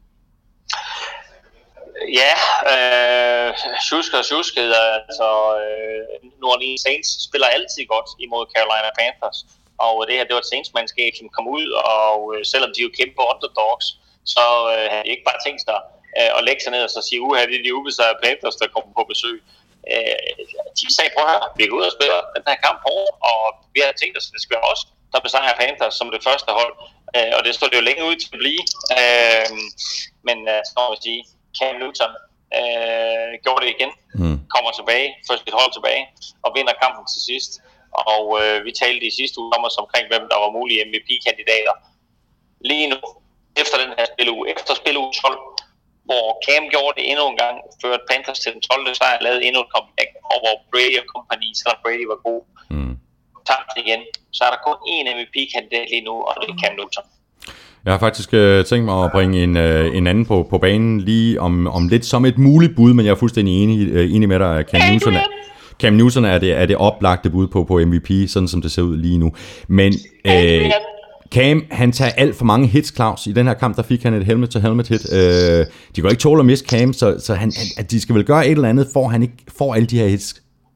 Ja, øh, tjusket og tjusket, altså øh, New Orleans Saints spiller altid godt imod Carolina Panthers, og det her, det var et Saints-mandskab, som kom ud, og øh, selvom de jo kæmpe underdogs, så øh, havde de ikke bare tænkt sig øh, at lægge sig ned og så sige, uha, det er de ubesejrede Panthers, der kommer på besøg. Øh, de sagde, prøv at høre, vi går ud og spiller den her kamp hårdt, og vi har tænkt os, at det skal være os, der besejrer Panthers som det første hold, øh, og det står det jo længe ud til at blive. Øh, men øh, så må vi sige, Cam Newton øh, gjorde det igen, mm. kommer tilbage, får sit hold tilbage, og vinder kampen til sidst. Og øh, vi talte i sidste uge om os omkring, hvem der var mulige M V P-kandidater. Lige nu, efter den her spiluge, efter spiluge tolv, hvor Cam gjorde det endnu en gang, førte Panthers til den tolvte sejr, lavede endnu et comeback, og hvor Brady og company, selvom Brady var god, mm. tabte igen. Så er der kun én M V P-kandidat lige nu, og det er Cam Newton. Jeg har faktisk øh, tænkt mig at bringe en, øh, en anden på, på banen lige om, om lidt som et muligt bud, men jeg er fuldstændig enig, øh, enig med dig, Cam Newton. Cam Newton er det, er det oplagte bud på, på M V P, sådan som det ser ud lige nu. Men øh, Cam, han tager alt for mange hits, Claus. I den her kamp, der fik han et helmet-to-helmet hit. Øh, de kan ikke tåle at miste Cam, så, så han, at de skal vel gøre et eller andet, for han ikke får alle de her hits.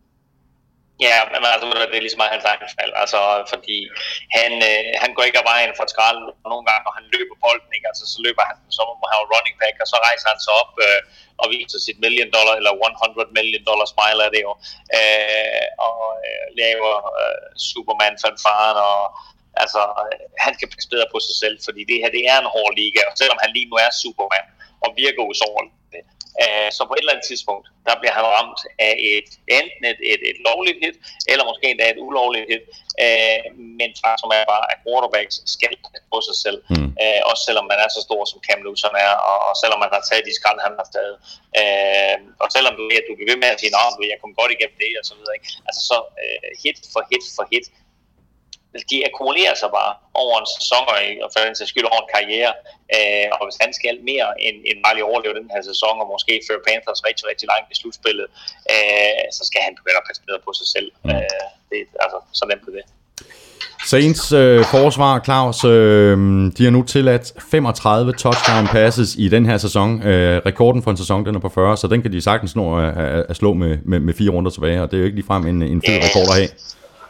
Ja, men altså, det er ligesom hans egen fald, altså, fordi han, øh, han går ikke af vejen for et skrald, og nogle gange, når han løber bolden, ikke? Altså, så løber han, så må han have running back, og så rejser han sig op øh, og viser sit million dollar, eller hundrede million dollar smile er det jo, øh, og øh, laver øh, Superman-fanfaren, og altså, øh, han kan passe bedre på sig selv, fordi det her, det er en hård liga, og selvom han lige nu er Superman, og virker usårligt, så på et eller andet tidspunkt, der bliver han ramt af et enten et, et, et lovligt hit, eller måske endda et ulovligt hit, øh, men faktisk som er bare, at quarterbacks skal på sig selv, mm. øh, også selvom man er så stor som Cam Newton er, og, og selvom man har taget de skrald, han har taget, øh, og selvom du, ja, du bliver ved med at sige, at jeg kom godt igennem det, og så videre, ikke? Altså så øh, hit for hit for hit, de akkumulerer sig bare over en sæson, og for den sags skyld over en karriere, øh, og hvis han skal mere end, end bare lige overleve den her sæson, og måske føre Panthers rigtig, rigtig langt i slutspillet, øh, så skal han begynde at passe bedre på sig selv. Mm. Øh, det er altså så nemt det. Saints øh, forsvar, Claus, øh, de har nu tilladt femogtredive touchdown passes i den her sæson. Øh, rekorden for en sæson, den er på fyrre, så den kan de sagtens nå at, at, at slå med, med, med fire runder tilbage, og det er jo ikke ligefrem en, en fed yeah. rekord at have.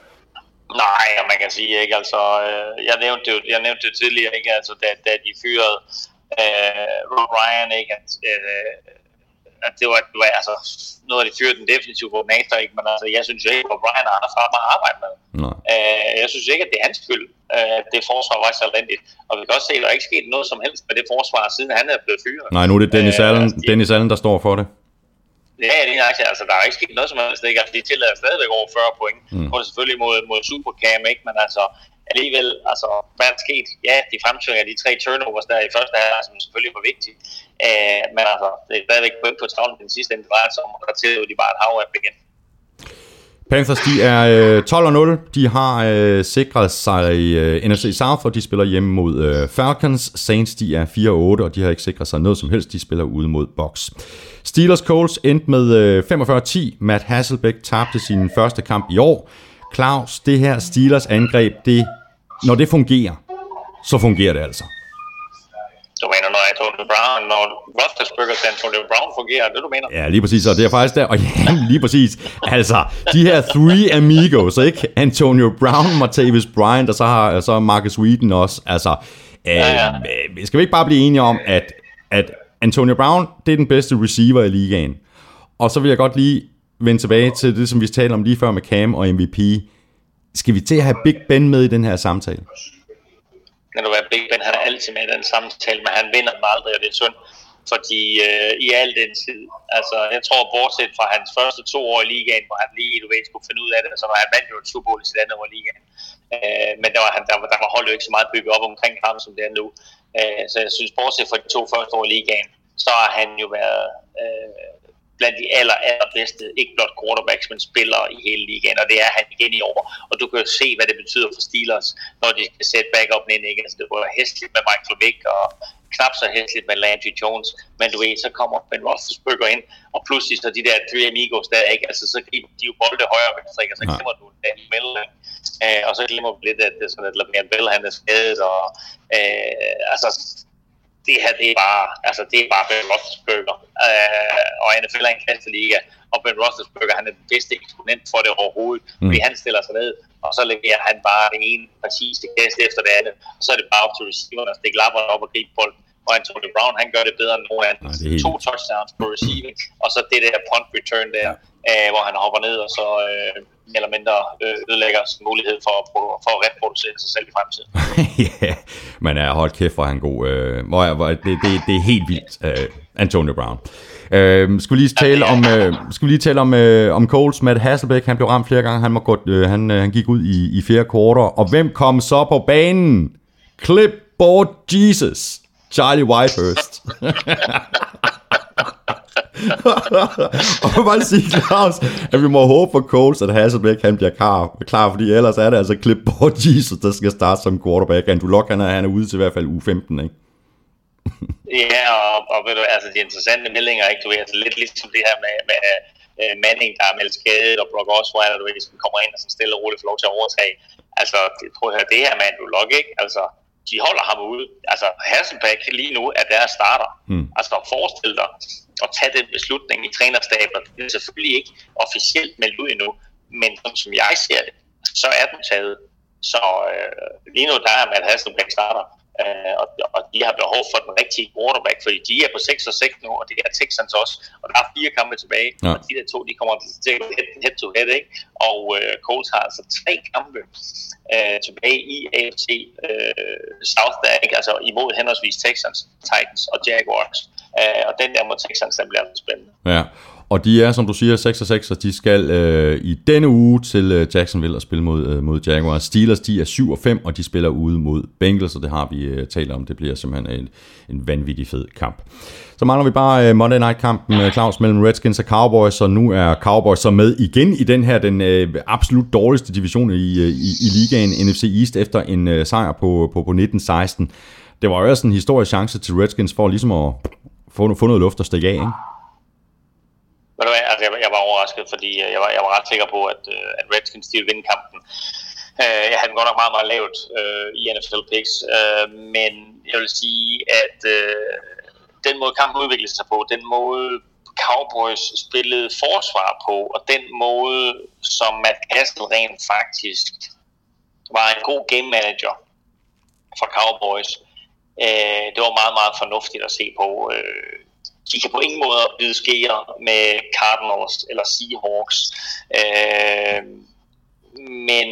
Nej, og man kan sige, ikke, altså, øh, jeg nævnte det jo, jeg nævnte det tidligere, ikke, altså, da, da de fyrede øh, Rob Ryan, ikke, at, øh, at det var, det var, altså, noget af de fyrede den definitive koordinator, ikke, men altså, jeg synes ikke, at Rob Ryan har haft meget arbejde med. Øh, jeg synes ikke, at det er hans skyld, øh, at det forsvar var så elendigt, og vi kan også se, at der er ikke sket noget som helst med det forsvar, siden han er blevet fyret. Nej, nu er det Dennis Allen, øh, Dennis Allen, der står for det. Ja, det er ikke, altså der er ikke sket noget som helst, ikke? Altså de tillader stadigvæk over fyrre point, mm. og det er selvfølgelig mod, mod Supercam, ikke? Men altså alligevel, altså hvad er sket? Ja, de fremtvinger de tre turnovers der i første halvleg, som selvfølgelig var vigtigt, uh, men altså det er stadigvæk point på tavlen den sidste ende, drejer sig om, og der tillod de bare et hav af igen. Panthers, de er øh, tolv og nul. De har øh, sikret sig i øh, N F C South, og de spiller hjemme mod øh, Falcons. Saints, de er fire og otte, og de har ikke sikret sig noget som helst. De spiller ude mod Bucks. Steelers Colts endte med øh, femogfyrre ti. Matt Hasselbeck tabte sin første kamp i år. Claus, det her Steelers angreb, det, når det fungerer, så fungerer det altså. Du mener, når Antonio Brown, når Roethlisberger til Antonio Brown fungerer, det du mener? Ja, lige præcis, og det er faktisk der, og ja, lige præcis, altså, de her three amigos, ikke? Antonio Brown, Martavis Bryant, og så har så Marcus Wheaton også, altså, øh, ja, ja. Skal vi ikke bare blive enige om, at, at Antonio Brown, det er den bedste receiver i ligaen, og så vil jeg godt lige vende tilbage til det, som vi talte om lige før med Cam og M V P. Skal vi til at have Big Ben med i den her samtale? Når du er Big Ben, han er altid med i den samtale, men han vinder den aldrig, og det er synd. fordi øh, i al den tid, altså jeg tror bortset fra hans første to år i ligaen, hvor han lige, du ved, skulle finde ud af det, så var han vandt jo et Super Bowl i sit andet år i ligaen. Øh, men der var, han, der, var, der var holdet jo ikke så meget bygget op omkring ham, som det er nu. Øh, så jeg synes, bortset fra de to første år i ligaen, så har han jo været øh, blandt de aller, allerbedste, ikke blot quarterbacks, men spillere i hele ligaen, og det er han igen i år. Og du kan jo se, hvad det betyder for Steelers, når de skal sætte backupen ind, ikke? Altså det var hæsligt med Michael Vick, og knap så hæsligt med Landry Jones, men du ved, så kommer Ben Roethlisberger ind, og pludselig så de der Three Amigos der, ikke? Altså så griber de jo bolde højre og venstre, og så glemmer du den mellem, øh, og så glemmer vi lidt, at det er sådan, at Le'Veon Bell, han er skadet, og øh, altså det her, det er bare, altså det er bare Ben Roethlisberger, øh, og N F L er en kasteliga, og Ben Roethlisberger, han er den bedste eksponent for det overhovedet, mm. fordi han stiller sig ned, og så leverer han bare det ene præcise kast efter det andet, og så er det bare op til receiverne at stikke lapperne op og gribe bolden, og Antonio Brown, han gør det bedre end nogen anden. Ja, to touchdowns på receiving, og så det der punt return der, ja. øh, hvor han hopper ned, og så øh, mere eller mindre øh, ødelægger sin mulighed for at, for at reproducere sig selv i fremtiden. Ja, men er holdt kæft, hvor han god. Øh, hvor, hvor, det, det, det er helt vildt, øh, Antonio Brown. Øh, skulle lige tale om, øh, skulle lige tale om, øh, om Colts. Matt Hasselbeck, han blev ramt flere gange. Han, må godt, øh, han, øh, han gik ud i, i fjerde kvartal. Og hvem kom så på banen? Clipboard Jesus. Charlie Whitehurst. Og jeg vil bare sige, Claus, at vi må håbe for Colts, at Hasselbeck han bliver klar, klar, fordi ellers er det altså Clipboard Jesus, der skal starte som quarterback. Andrew Luck, han er, han er ude til i hvert fald uge femten, ikke? Ja, og, og ved du, altså de interessante meldinger, ikke? Du ved, altså lidt ligesom det her med, med uh, Manning, der er meldt skadet, og Brock Osweiler, du ved, som kommer ind og så stille og roligt får lov til at overtage. Altså, prøv at høre det her med Andrew Luck, ikke? Altså, de holder ham ude. Altså, Hasselbeck lige nu er deres starter. Mm. Altså, forestil dig at tage den beslutning i trænerstaben. Det er selvfølgelig ikke officielt meldt ud endnu, men som jeg ser det, så er den taget. Så øh, lige nu der er Matt Hasselbeck starter, øh, og, og de har behov for den rigtige quarterback, fordi de er på seks og seks nu, og det er Texans også, og der er fire kampe tilbage, ja. Og de der to, de kommer til at gå head to head, ikke? Og øh, Colts har altså tre kampe øh, tilbage i A F C øh, South, der, ikke? Altså imod henholdsvis Texans, Titans og Jaguars, øh, og den der mod Texans, der bliver spændende. Ja. Og de er, som du siger, seks og seks, og de skal øh, i denne uge til øh, Jacksonville og spille mod, øh, mod Jaguars. Steelers, de er syv og fem, og de spiller ude mod Bengals, og det har vi øh, talt om. Det bliver simpelthen en, en vanvittig fed kamp. Så mangler vi bare øh, Monday Night-kampen, øh, Claus, mellem Redskins og Cowboys, og nu er Cowboys så med igen i den her, den øh, absolut dårligste division i, øh, i, i ligaen, N F C East, efter en øh, sejr på, på, på nitten seksten. Det var jo også en historisk chance til Redskins for ligesom at få, få noget luft at stikke af, ikke? Altså, jeg, jeg var overrasket, fordi jeg var, jeg var ret sikker på, at, at Redskins ville vinde kampen. Jeg havde den godt nok meget, meget lavt uh, i N F L picks, uh, men jeg vil sige, at uh, den måde kampen udviklede sig på, den måde Cowboys spillede forsvar på, og den måde, som Matt Cassel rent faktisk var en god game manager for Cowboys, uh, det var meget, meget fornuftigt at se på. Uh, De kan på ingen måde byde skære med Cardinals eller Seahawks. Øh, men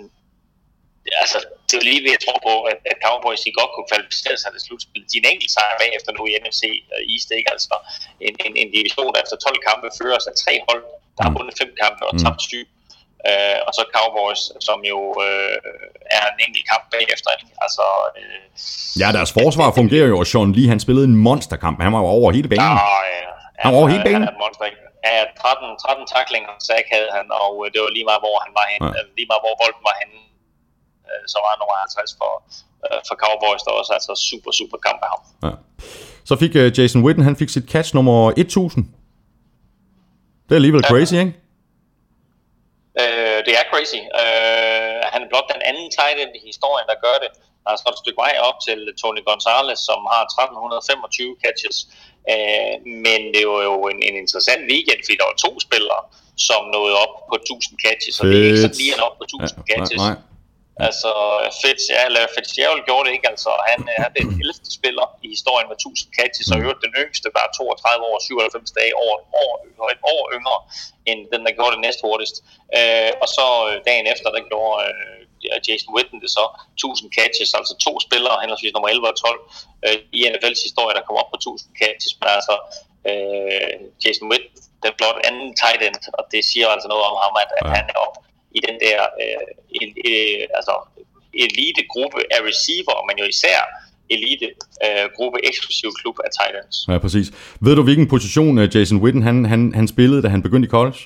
altså, det er jo lige ved at tro på, at, at Cowboys de godt kunne kvalificere sig til slutspil. De er en enkelt sejr bagefter nu i N F C East, ikke? Altså en, en, en division, der efter tolv kampe fører sig tre hold, der har vundet fem kampe og tabt syv. Uh, og så Cowboys, som jo uh, er en enkelt kamp bagefter. Altså, uh, ja, deres forsvar fungerer jo, og Sean Lee, han spillede en monsterkamp. Han var jo over hele banen. Ja, ja. Han var over hele banen. Ja, tretten, tretten tacklinger, sack havde han, og det var lige meget, hvor han var henne. Ja. Lige meget, hvor bolden var henne. Uh, så var han nummer halvtreds for, uh, for Cowboys, der også altså super, super kamp af ham. Ja. Så fik uh, Jason Witten, han fik sit catch nummer tusind. Det er alligevel ja. Crazy, ikke? Uh, det er crazy. Uh, han er blot den anden tight end i historien, der gør det. Der er så et stykke vej op til Tony Gonzalez, som har tretten femogtyve catches. Uh, men det var jo en, en interessant weekend, fordi der var to spillere, som nåede op på tusind catches, og det er ikke sådan lige op på tusind ja, catches. Nej, nej. Altså, Fitzgerald, Fitzgerald gjorde det ikke, altså han er den ellevte spiller i historien med tusind catches, og øvrigt den yngste, der er toogtredive år og syvoghalvfems dage, over et år, et år yngre end den, der gjorde det næst hurtigst. Øh, og så dagen efter, der gjorde, Jason Witten det så, tusind catches, altså to spillere, henholdsvis nummer elleve og tolv, øh, i N F L's historie, der kommer op på tusind catches, men altså øh, Jason Witten, den blot anden tight end, og det siger altså noget om ham, at, at han er op i den der øh, el, øh, altså, elite gruppe af receiver, men jo især elite øh, gruppe eksklusiv klub af tight ends. Ja, præcis. Ved du, hvilken position Jason Witten han, han, han spillede, da han begyndte i college?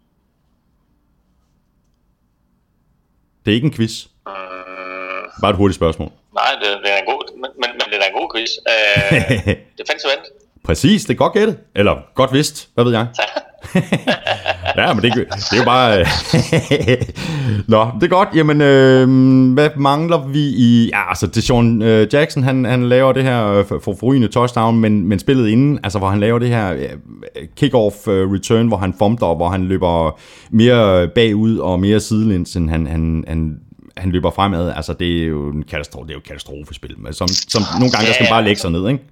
Det er ikke en quiz. Mm. Bare et hurtigt spørgsmål. Nej, det, det er en god, men, men, men det er en god quiz. Uh, defensive end. Præcis, det er godt gættet. Eller godt vidst, hvad ved jeg. Ja, men det, det er jo bare... Nå, det er godt. Jamen, øh, hvad mangler vi i... Ja, altså, DeSean øh, Jackson, han, han laver det her for forrygende touchdown, men, men spillet inden, altså, hvor han laver det her øh, kick-off øh, return, hvor han fumler, hvor han løber mere bagud og mere sidelæns, end han... han, han han løber fremad. Altså, det er jo en katastrofe, det er jo et katastrofespil, som, som nogle gange, der skal bare lægge sig ned, ikke?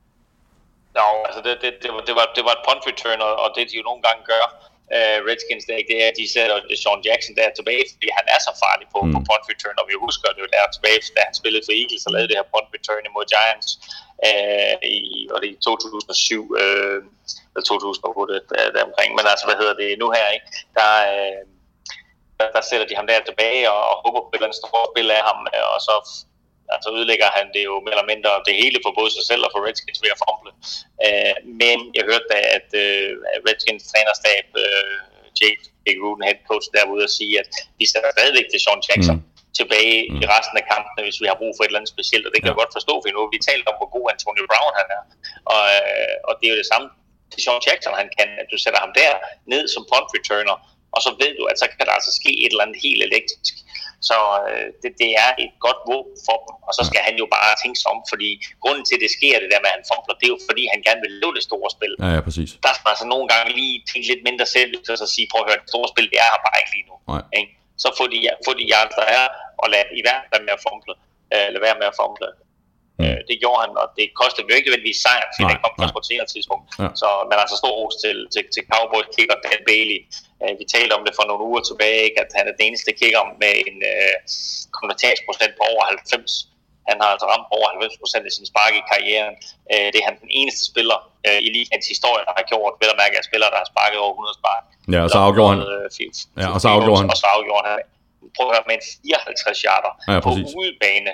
Jo, altså det, det, det, var, det, var, det var et punt return, og det de jo nogle gange gør, uh, Redskins, det, det er, at de sætter DeSean Jackson der tilbage, fordi han er så farlig på, mm. på punt return, og vi husker det jo der tilbage, da han spillede for Eagles og lavede det her punt return imod Giants uh, i, var det i to tusind og syv, uh, eller to tusind og otte, der, der omkring, men altså, hvad hedder det nu her, ikke? Der uh, Der, der sætter de ham der tilbage og, og håber på et eller andet stort spil af ham, og så altså udlægger han det jo mere eller mindre det hele for både sig selv og for Redskins ved at fumble. Uh, men jeg hørte da, at uh, Redskins trænerstab, uh, Jake Big Ruden, head coach, der var ude at sige, at vi sætter stadigvæk til Sean Jackson mm. tilbage mm. i resten af kampen, hvis vi har brug for et eller andet specielt, og det kan ja. jeg godt forstå, for nu vi talt om, hvor god Antonio Brown han er, og, uh, og det er jo det samme til Sean Jackson, han kan, at du sætter ham der ned som punt returner, og så ved du, at så kan der altså ske et eller andet helt elektrisk. Så øh, det, det er et godt våben for dem, og så skal han jo bare tænke sig om, fordi grunden til, at det sker, det der med, at han fumbler, det er jo fordi, han gerne vil lave det store spil. Ja, ja, præcis. Der skal man altså nogle gange lige tænke lidt mindre selv, og så sige, prøv at høre, det store spil, det er her bare ikke lige nu. Ikke? Så få de, få de yards, der er, og lad i hvert fald med at fumble. Øh, lad være med at fumble. Mm. Øh, det gjorde han, og det kostede jo ikke nødvendigvis sejren, fordi den kom først på et senere tidspunkt. Ja. Så man altså stor ros til, til, til Cowboys kicker Dan Bailey. Uh, vi talte om det for nogle uger tilbage, ikke? At han er den eneste kicker med en uh, konverteringsprocent på over halvfems. Han har altså ramt over halvfems procent af sin spark i karrieren. Uh, det er han den eneste spiller uh, i ligens historie, der har gjort. Vel at mærke af spillere, der har sparket over hundrede spark. Ja, og så afgjorde han. Uh, ja, og så afgjorde han. Og så afgjorde han. Prøv at høre, med en fireoghalvtreds yarder ja, på udebane.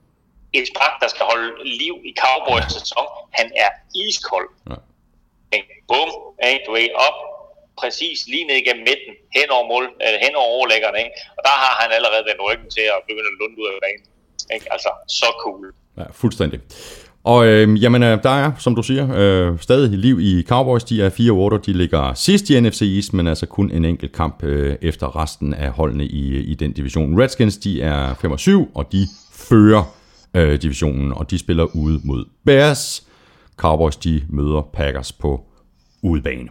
Et spark, der skal holde liv i Cowboys sæson. Han er iskold. Ja. Bum, du er op, præcis lige ned igennem midten, hen over, mål, øh, hen over overlæggerne. Ikke? Og der har han allerede vendt ryggen til at begynde at lunde ud af banen. Ikke? Altså, så cool. Ja, fuldstændig. Og øh, jamen, der er, som du siger, øh, stadig liv i Cowboys. De er fire otte, de ligger sidst i N F C East, men altså kun en enkelt kamp øh, efter resten af holdene i, i den division. Redskins, de er fem og syv, og de fører øh, divisionen, og de spiller ude mod Bears. Cowboys, de møder Packers på udebane.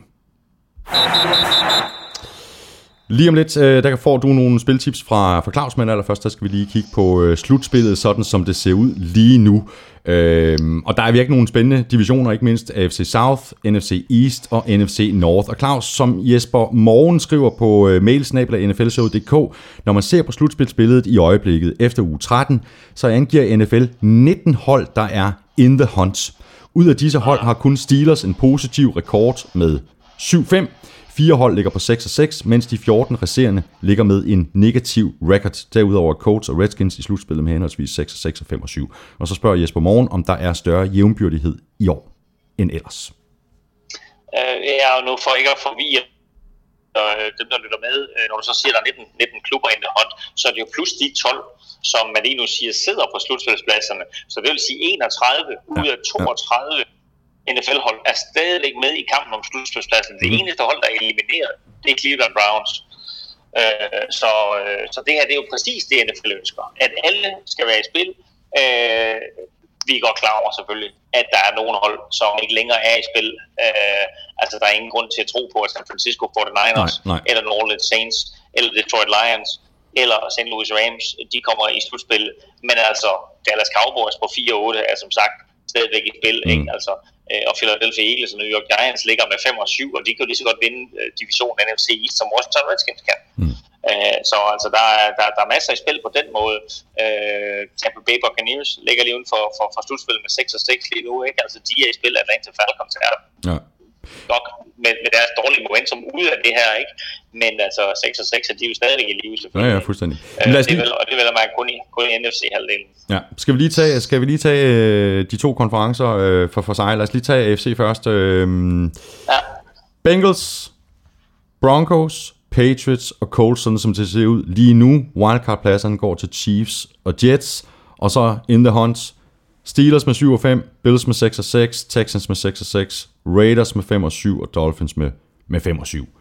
Lige om lidt, øh, der får du nogle spiltips fra, fra Claus, men allerførst, der skal vi lige kigge på øh, slutspillet, sådan som det ser ud lige nu. Øhm, og der er virkelig nogle spændende divisioner, ikke mindst A F C South, N F C East og N F C North. Og Claus, som Jesper Morgen skriver på øh, mailsnabel N F L show punktum d k, når man ser på slutspilsbilledet i øjeblikket efter uge tretten, så angiver N F L nitten hold, der er in the hunt. Ud af disse hold har kun Steelers en positiv rekord med syv fem. Fire hold ligger på seks og seks, mens de fjorten resterende ligger med en negativ record. Derudover Colts og Redskins i slutspillet med henholdsvis seks og seks og fem og syv. Og så spørger Jesper Morgen, om der er større jævnbyrdighed i år end ellers. Uh, ja, og nu for ikke at forvirre uh, dem, der lytter med, uh, når du så siger, der er nitten, nitten klubber in the hunt, så er det jo plus de tolv, som man lige nu siger sidder på slutspilspladserne. Så det vil sige enogtredive ud af toogtredive ja. N F L-hold er stadigvæk med i kampen om slutspilspladsen. Det eneste hold, der er elimineret, det er Cleveland Browns. Uh, så, uh, så det her, det er jo præcis det, N F L ønsker. At alle skal være i spil. Uh, vi er godt klar over selvfølgelig, at der er nogle hold, som ikke længere er i spil. Uh, altså, der er ingen grund til at tro på, at San Francisco forty-niners, nej, nej. eller New Orleans Saints, eller Detroit Lions, eller Saint Louis Rams, de kommer i slutspil. Men altså, Dallas Cowboys på fire otte er som sagt stadigvæk i spil, mm. ikke? Altså, og Philadelphia Eagles og New York Giants ligger med fem og syv, og de kan jo lige så godt vinde uh, divisionen N F C East, som Washington Redskins kan. Mm. Uh, så altså, der er, der, der er masser af spil på den måde. Uh, Tampa Bay Buccaneers ligger lige uden for, for, for slutspillet med seks og seks lige nu, ikke? Altså, de er i spil, Atlanta Falcons er ja. nok med, med deres dårlige momentum ud af det her, ikke? Men altså, seks og seks er de jo stadigvæk i live, selvfølgelig. Ja, ja, fuldstændig. Uh, det vil, og det vil man kun i, kun i N F C-halvdelen. Ja, skal vi lige tage, skal vi lige tage øh, de to konferencer øh, for, for sig? Lad os lige tage A F C først. Øh, ja. Bengals, Broncos, Patriots og Colts, sådan som det ser ud lige nu. Wildcard-pladserne går til Chiefs og Jets, og så in the hunt. Steelers med syv og fem, Bills med seks og seks, Texans med seks og seks, Raiders med fem og syv og Dolphins med, med fem og syv.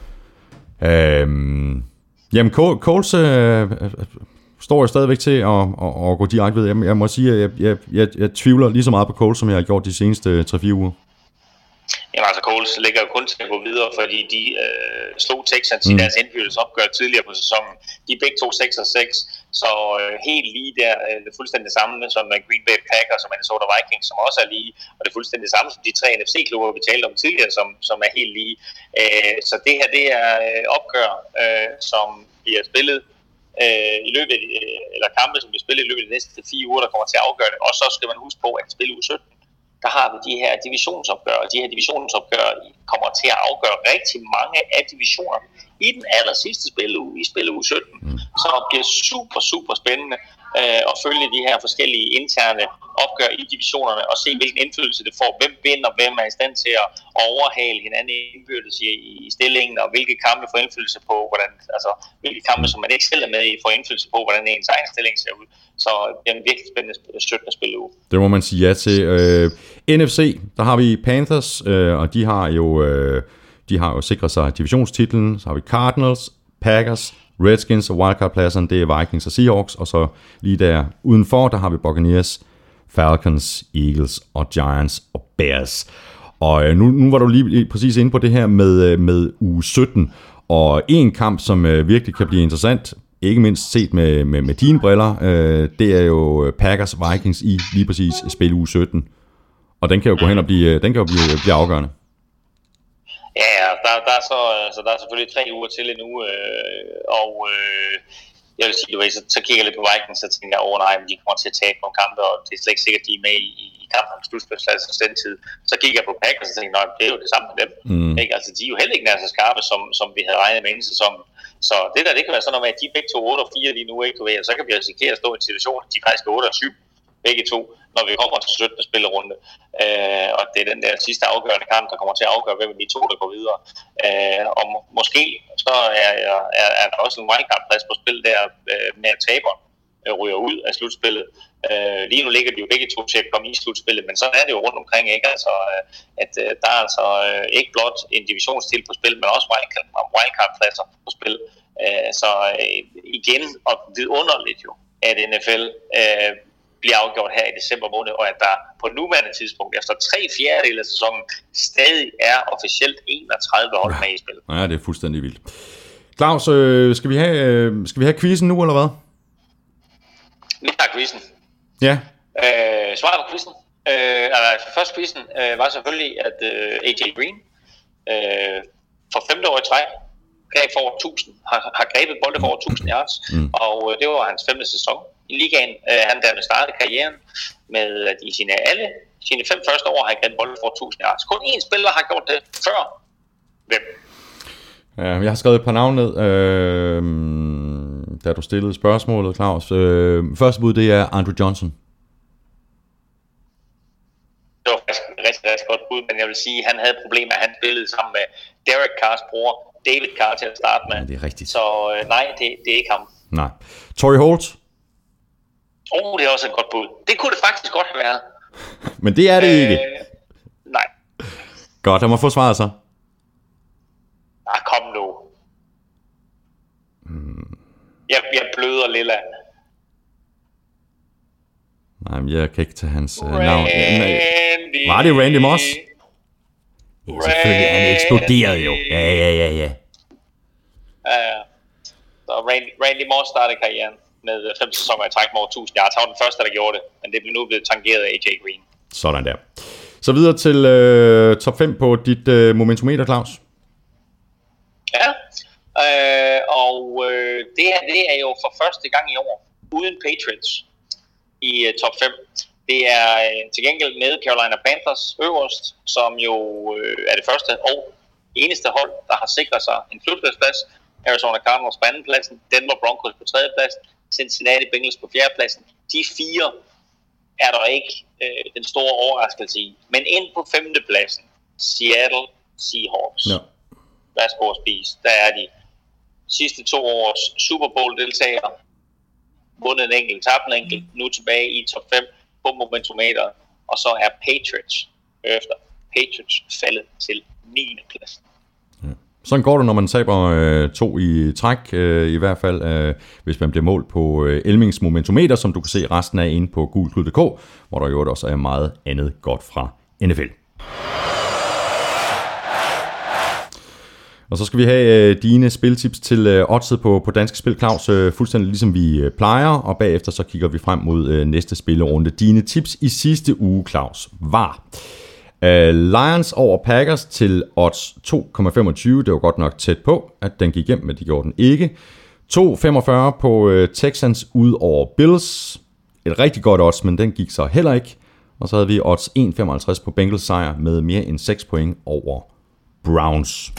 Øhm, jamen, Colts øh, står jeg stadigvæk til at, at, at gå direkte ved. Jeg, jeg må sige, at jeg, jeg, jeg, jeg tvivler lige så meget på Colts, som jeg har gjort de seneste tre fire uger. Jamen altså, Colts ligger jo kun til at gå videre, fordi de øh, slog Texans mm. i deres indbyrdes-opgør tidligere på sæsonen. De er begge to seks og seks, så øh, helt lige der, øh, det er fuldstændig det samme som Green Bay Packers og Minnesota Vikings, som også er lige, og det er fuldstændig det samme som de tre N F C-klubber, vi talte om tidligere, som, som er helt lige. Øh, så det her, det er øh, opgør, øh, som bliver spillet øh, i løbet af, øh, eller kampe, som bliver spillet i løbet af de næste fire uger, der kommer til at afgøre det. Og så skal man huske på, at spille uge sytten, der har vi de her divisionsopgør, og de her divisionsopgør kommer til at afgøre rigtig mange af divisionerne i den aller sidste spilleuge, i spilleuge sytten. Så det bliver super, super spændende øh, at følge de her forskellige interne opgør i divisionerne, og se hvilken indflydelse det får, hvem vinder, hvem er i stand til at overhale hinanden indbyrdes i, i stillingen, og hvilke kampe får indflydelse på, hvordan, altså hvilke kampe, som man ikke selv er med i, får indflydelse på, hvordan ens egen stilling ser ud. Så det er en virkelig spændende syttende spilleuge. Det må man sige ja til. Øh, N F C, der har vi Panthers, øh, og de har jo øh, de har jo sikret sig divisionstitlen. Så har vi Cardinals, Packers, Redskins og wildcard-pladserne, det er Vikings og Seahawks, og så lige der udenfor, der har vi Buccaneers, Falcons, Eagles og Giants og Bears. Og øh, nu, nu var du lige, lige præcis inde på det her med, med uge sytten, og en kamp, som øh, virkelig kan blive interessant, ikke mindst set med, med, med dine briller, øh, det er jo Packers Vikings i lige præcis spil uge sytten. Og den kan jo gå hen og blive, den kan jo blive, blive afgørende. Ja, der, der, er så, så der er selvfølgelig tre uger til endnu, øh, og øh, jeg vil sige, så, så kigger jeg lidt på Vikings, så tænker jeg, åh nej, men de kommer til at tabe nogle kampe, og det er slet ikke sikkert, at de er med i, i kampen om slutspilsplads til den tid. Så kigger jeg på Packers, og tænker, nej, det er jo det samme med dem. Mm. Ikke? Altså, de er jo heller ikke nær så skarpe, som, som vi havde regnet med inden sæsonen. Så det der, det kan være sådan noget med, at de er begge to otte og fire lige nu, ikke, du ved, og så kan vi risikere at stå i en situation, at de faktisk er otte og syv, begge to, når vi kommer til syttende spillerunde. Øh, og det er den der sidste afgørende kamp, der kommer til at afgøre, hvem de to, der går videre. Øh, og må, måske så er, er, er der også en wildcard-plads på spil der, øh, med at taberen øh, ryger ud af slutspillet. Øh, lige nu ligger de jo begge to til at komme i slutspillet, men så er det jo rundt omkring, ikke? Altså, at øh, der er altså øh, ikke blot en divisionsstil på spil, men også wildcard, wildcard-pladser på spil. Øh, så øh, igen, og vidunderligt jo, at N F L øh, bliver afgjort her i december måned, og at der på nuværende tidspunkt, efter tre fjerdedele af sæsonen, stadig er officielt enogtredive hold med i spil. Ja, det er fuldstændig vildt. Claus, øh, skal vi have øh, skal vi have quizzen nu, eller hvad? Vi har quizzen. Ja. Øh, svaret på quizzen. Øh, altså, først quizzen øh, var selvfølgelig, at øh, A J Green øh, for femte år i træk greb for over tusind, har, har grebet bolde for over tusind yards, mm. og øh, det var hans femte sæson i ligaen. Øh, han dermed startede karrieren med, at i sine alle sine fem første år har han grebet bolde for tusind yards. Kun én spiller har gjort det før. Hvem? Ja, jeg har skrevet et par navne ned, øh, da du stillede spørgsmålet, Claus. Øh, første bud, det er Andrew Johnson. Det var faktisk et rigtig, rigtig godt bud, men jeg vil sige, at han havde problemer. Han spillede sammen med Derek Carrs bror, David Carr, til at starte med. Ja, det er rigtigt. Så øh, nej, det, det er ikke ham. Nej. Torrey Holt? Åh, oh, det er også et godt bud. Det kunne det faktisk godt have været. Men det er det øh, ikke. Nej. Godt, han må få svaret så. Ah, kom nu. Hmm. Jeg, jeg bløder lilla. Nej, men jeg kan ikke tage hans uh, Randy. navn. Var det Randy Moss? Ja, selvfølgelig. Han eksploderede jo. Ja, ja, ja, ja. Uh, så Randy, Randy Moss startede karrieren med fem sæsoner i træk med over tusind yards. Han var den første, der gjorde det, men det blev nu blevet tangeret af A J Green. Sådan der. Så videre til uh, top fem på dit uh, momentometer, Claus. Ja, uh, og øh, det her det er jo for første gang i år uden Patriots i uh, top fem. Det er øh, til gengæld med Carolina Panthers øverst, som jo øh, er det første og eneste hold, der har sikret sig en slutspilsplads. Arizona Cardinals på andenpladsen, Denver Broncos på tredjepladsen, Cincinnati Bengals på fjerdepladsen. De fire er der ikke øh, den store overraskelse i. Men ind på femtepladsen, Seattle Seahawks. Ja. Værsgo at spise. Der er de sidste to års Super Bowl-deltagere. Vundet en enkelt, tabt en enkelt, nu tilbage i top fem på momentometer. Og så er Patriots efter Patriots faldet til niende pladsen. Sådan går det, når man taber øh, to i træk, øh, i hvert fald, øh, hvis man bliver målt på øh, Elmings momentometer, som du kan se resten af inde på gulklud punktum d k, hvor der jo også er meget andet godt fra N F L. Og så skal vi have øh, dine spiltips til øh, oddset på, på Danske Spil, Claus, øh, fuldstændig ligesom vi øh, plejer, og bagefter så kigger vi frem mod øh, næste spillerunde. Dine tips i sidste uge, Claus, var... Uh, Lions over Packers til odds to komma femogtyve, det var godt nok tæt på, at den gik hjem, men de gjorde den ikke. to komma femogfyrre på uh, Texans ud over Bills, et rigtig godt odds, men den gik så heller ikke. Og så havde vi odds en komma femoghalvtreds på Bengals sejr med mere end seks point over Browns.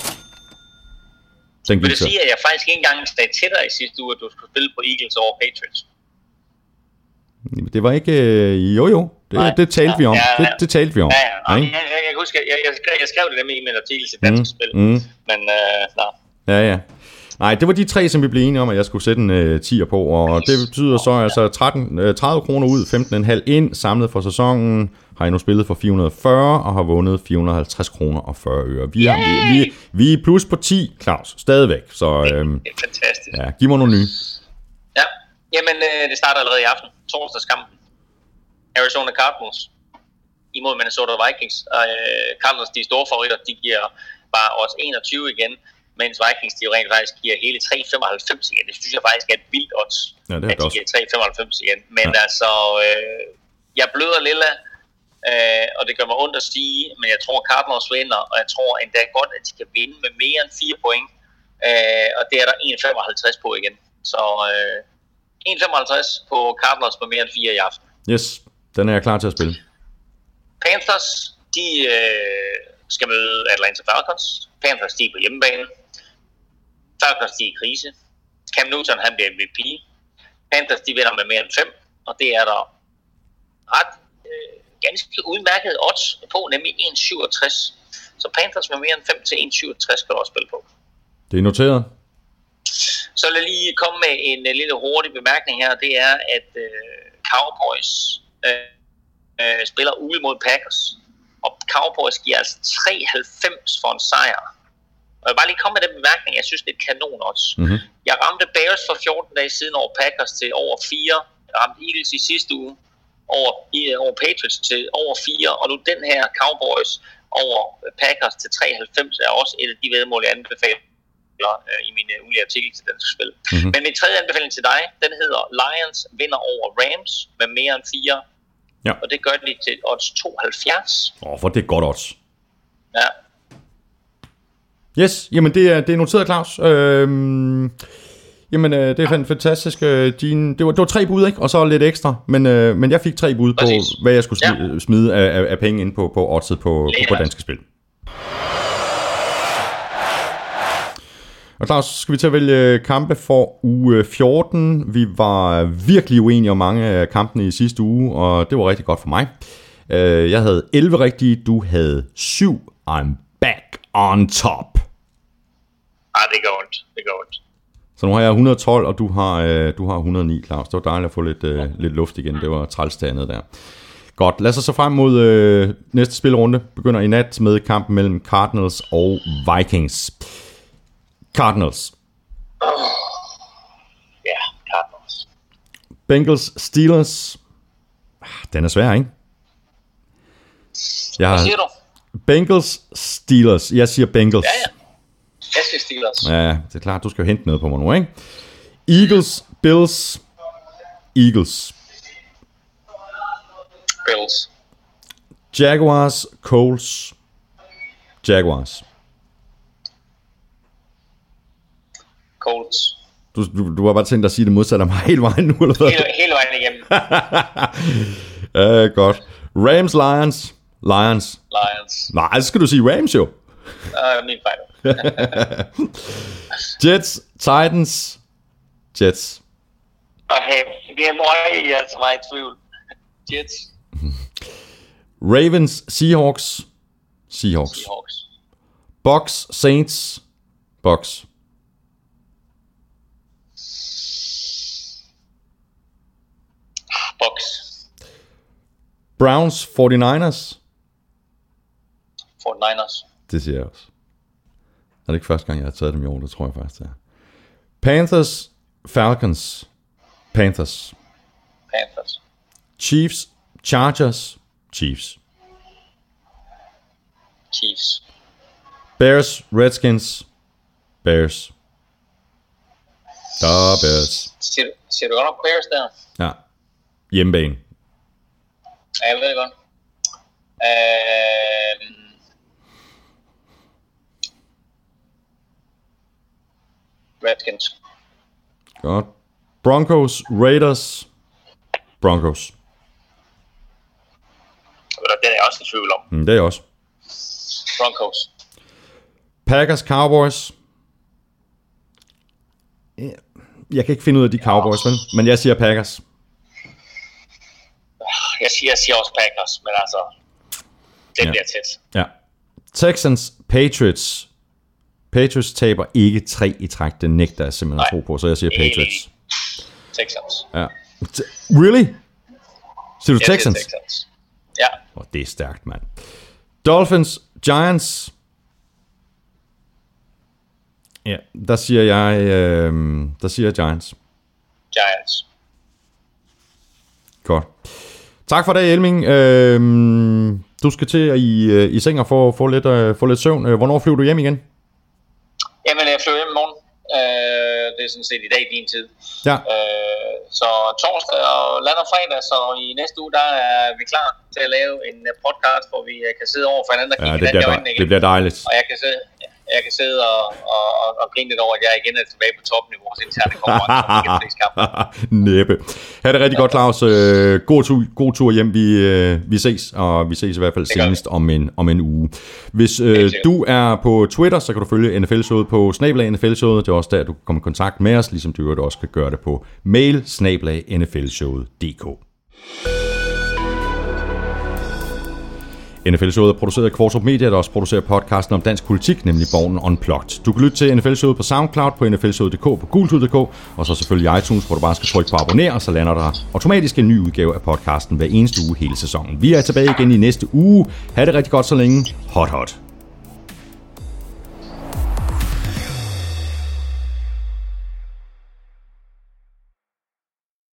Den Vil du så sige, at jeg faktisk ikke engang stod til dig i sidste uge, at du skulle spille på Eagles over Patriots? Det var ikke... Øh, jo jo, det, Nej, det talte ja, vi om. Ja, ja. Det, det talte vi om. Ja, ja. Jeg, jeg, jeg, jeg, husker, jeg, jeg, skrev, jeg skrev det der med i min artikel til Danske mm, Spil. Mm. Men, øh, nej. Ja, ja. Nej, det var de tre, som vi blev enige om, at jeg skulle sætte en øh, tier på. Og det betyder så altså tretten, øh, tredive kroner ud, femten komma fem ind. Samlet for sæsonen har I nu spillet for fire hundrede og fyrre og har vundet fire hundrede og halvtreds kroner og fyrre øre. Vi er, vi, vi, vi er plus på ti, Claus, stadigvæk. Så øh, det er fantastisk. Ja, giv mig nogle nye. Ja, jamen øh, det starter allerede i aften. Torsdagskampen. Arizona Cardinals imod Minnesota Vikings. Uh, Cardinals, de store favoritter, de giver bare odds enogtyve igen, mens Vikings, de jo rent faktisk giver hele tre komma femoghalvfems igen. Det synes jeg faktisk er et vildt odds, ja, det at de giver tre komma femoghalvfems igen. Men ja. altså, øh, jeg bløder lilla, øh, og det gør mig ondt at sige, men jeg tror Cardinals vinder, og jeg tror endda godt, at de kan vinde med mere end fire point, øh, og det er der en komma femoghalvtreds på igen. Så øh, en komma femoghalvtreds på Cardinals med mere end fire i aften. Yes. Den er jeg klar til at spille. Panthers, de øh, skal møde Atlanta Falcons. Panthers, de er på hjemmebane. Falcons, de er i krise. Cam Newton, han bliver M V P. Panthers, de vinder med mere end fem. Og det er der ret øh, ganske udmærket odds på, nemlig en komma syvogtres. Så Panthers med mere end fem til en komma syvogtres kan du også spille på. Det er noteret. Så lad lige komme med en uh, lille hurtig bemærkning her. Det er, at uh, Cowboys Øh, øh, spiller ude mod Packers, og Cowboys giver altså tre komma halvfems for en sejr. Og jeg vil bare lige komme med den bemærkning, jeg synes det er et kanon odds. Mm-hmm. Jeg ramte Bears for fjorten dage siden over Packers til over fire. Jeg ramte Eagles i sidste uge over, i, over Patriots til over fire, og nu den her Cowboys over Packers til tre komma halvfems er også et af de vedmål, jeg anbefaler øh, i min ulige artikel til Dansk Spil. Mm-hmm. Men min tredje anbefaling til dig, den hedder Lions vinder over Rams med mere end fire. Ja. Og det gør de til odds tooghalvfjerds. Åh, oh, for det er godt odds. Ja. Yes, jamen det er, det er noteret, Claus. Øhm, jamen det er fantastisk. Din, det, var, det var tre bud, ikke? Og så lidt ekstra. Men, øh, men jeg fik tre bud på, Præcis. hvad jeg skulle smide, ja. smide af, af penge ind på, på oddset på, på, på Danske Spil. Og Claus, skal vi til at vælge kampe for uge fjorten. Vi var virkelig uenige om mange af kampene i sidste uge, og det var rigtig godt for mig. Jeg havde elleve rigtige, du havde syv. I'm back on top. Ah, det går ondt. Det går ondt. Så nu har jeg et hundrede og tolv, og du har, du har et hundrede og ni, Claus. Det var dejligt at få lidt, ja. lidt luft igen. Det var træls det andet der. Godt, lad os så frem mod øh, næste spilrunde. Begynder i nat med kampen mellem Cardinals og Vikings. Cardinals. Oh. Ja, yeah, Cardinals. Bengals, Steelers. Den er svær, ikke? Jeg Hvad siger du? Bengals, Steelers. Jeg siger Bengals. Ja, ja. Jeg siger Steelers. Ja, det er klart, du skal jo hente noget på mig nu, ikke? Eagles, Bills. Eagles. Bills. Jaguars, Colts. Jaguars. Colts. Du, du, du har bare tænkt dig at sige det modsatte af mig hele vejen nu, eller hvad? Hele, hele vejen igennem. Ja, godt. Rams, Lions. Lions. Lions. Nej, så skal du sige Rams jo. Uh, min fejl. Jets, Titans. Jets. Okay, det er meget, jeg er meget i tvivl. Jets. Ravens, Seahawks. Seahawks. Seahawks. Bucks, Saints. Bucks. Bucks. Browns, forty-niners. forty-niners. Det siger jeg også. Er det ikke første gang, jeg har taget dem i år? Det tror jeg faktisk, det er. Panthers, Falcons. Panthers. Panthers. Chiefs, Chargers. Chiefs. Chiefs. Bears, Redskins. Bears. Da Bears. Siger, siger du godt nok Bears der? Ja. Hjemmebane. Ja, jeg ved det godt. Øh... Redskins. Godt. Broncos, Raiders. Broncos. Den er jeg også i tvivl om. Mm, det er jeg også. Broncos. Packers, Cowboys. Jeg kan ikke finde ud af de Cowboys, vel? Men jeg siger Packers. Jeg siger, jeg siger også Packers, men altså, det Ja. bliver tæt. Ja. Texans, Patriots. Patriots taber ikke tre i træk. Det nægter jeg simpelthen at Nej. tro på, så jeg siger Helt Patriots. Texans. Ja. T- really? Siger du Jeg siger Texans? Texans. Ja. Oh, det er stærkt, mand. Dolphins, Giants. Ja, der siger jeg, øh, der siger jeg Giants. Giants. Godt. Tak for det, Elming. Øh, du skal til at i, øh, i seng og få, få, lidt, øh, få lidt søvn. Hvornår flyver du hjem igen? Jamen, jeg flyver hjem i morgen. Øh, det er sådan set i dag din tid. Ja. Øh, så torsdag og lander fredag, så i næste uge, der er vi klar til at lave en podcast, hvor vi kan sidde over for hinanden og Ja, kigge det hinanden i bliver, øjnene dej- igen. det bliver dejligt. Og jeg kan sidde, jeg kan sidde og, og, og, og grine lidt over, at jeg igen er tilbage på toppen i vores interne konkurrence. Næppe. Ha' det rigtig godt, Claus. Øh, God tur, god tur hjem. Vi, øh, vi ses, og vi ses i hvert fald senest om en, om en uge. Hvis øh, du er på Twitter, så kan du følge N F L-showet på snabel-a N F L-showet. Det er også der, du kan komme i kontakt med os, ligesom du også kan gøre det på mail snabel-a N F L showet punktum d k. N F L-showet er produceret af Kvartrup Media, der også producerer podcasten om dansk politik, nemlig Borgen Unplugged. Du kan lytte til N F L-showet på SoundCloud, på N F L showet punktum d k, på gultud punktum d k, og så selvfølgelig iTunes, hvor du bare skal trykke på abonner, og så lander der automatisk en ny udgave af podcasten hver eneste uge hele sæsonen. Vi er tilbage igen i næste uge. Ha' det rigtig godt så længe. Hot hot.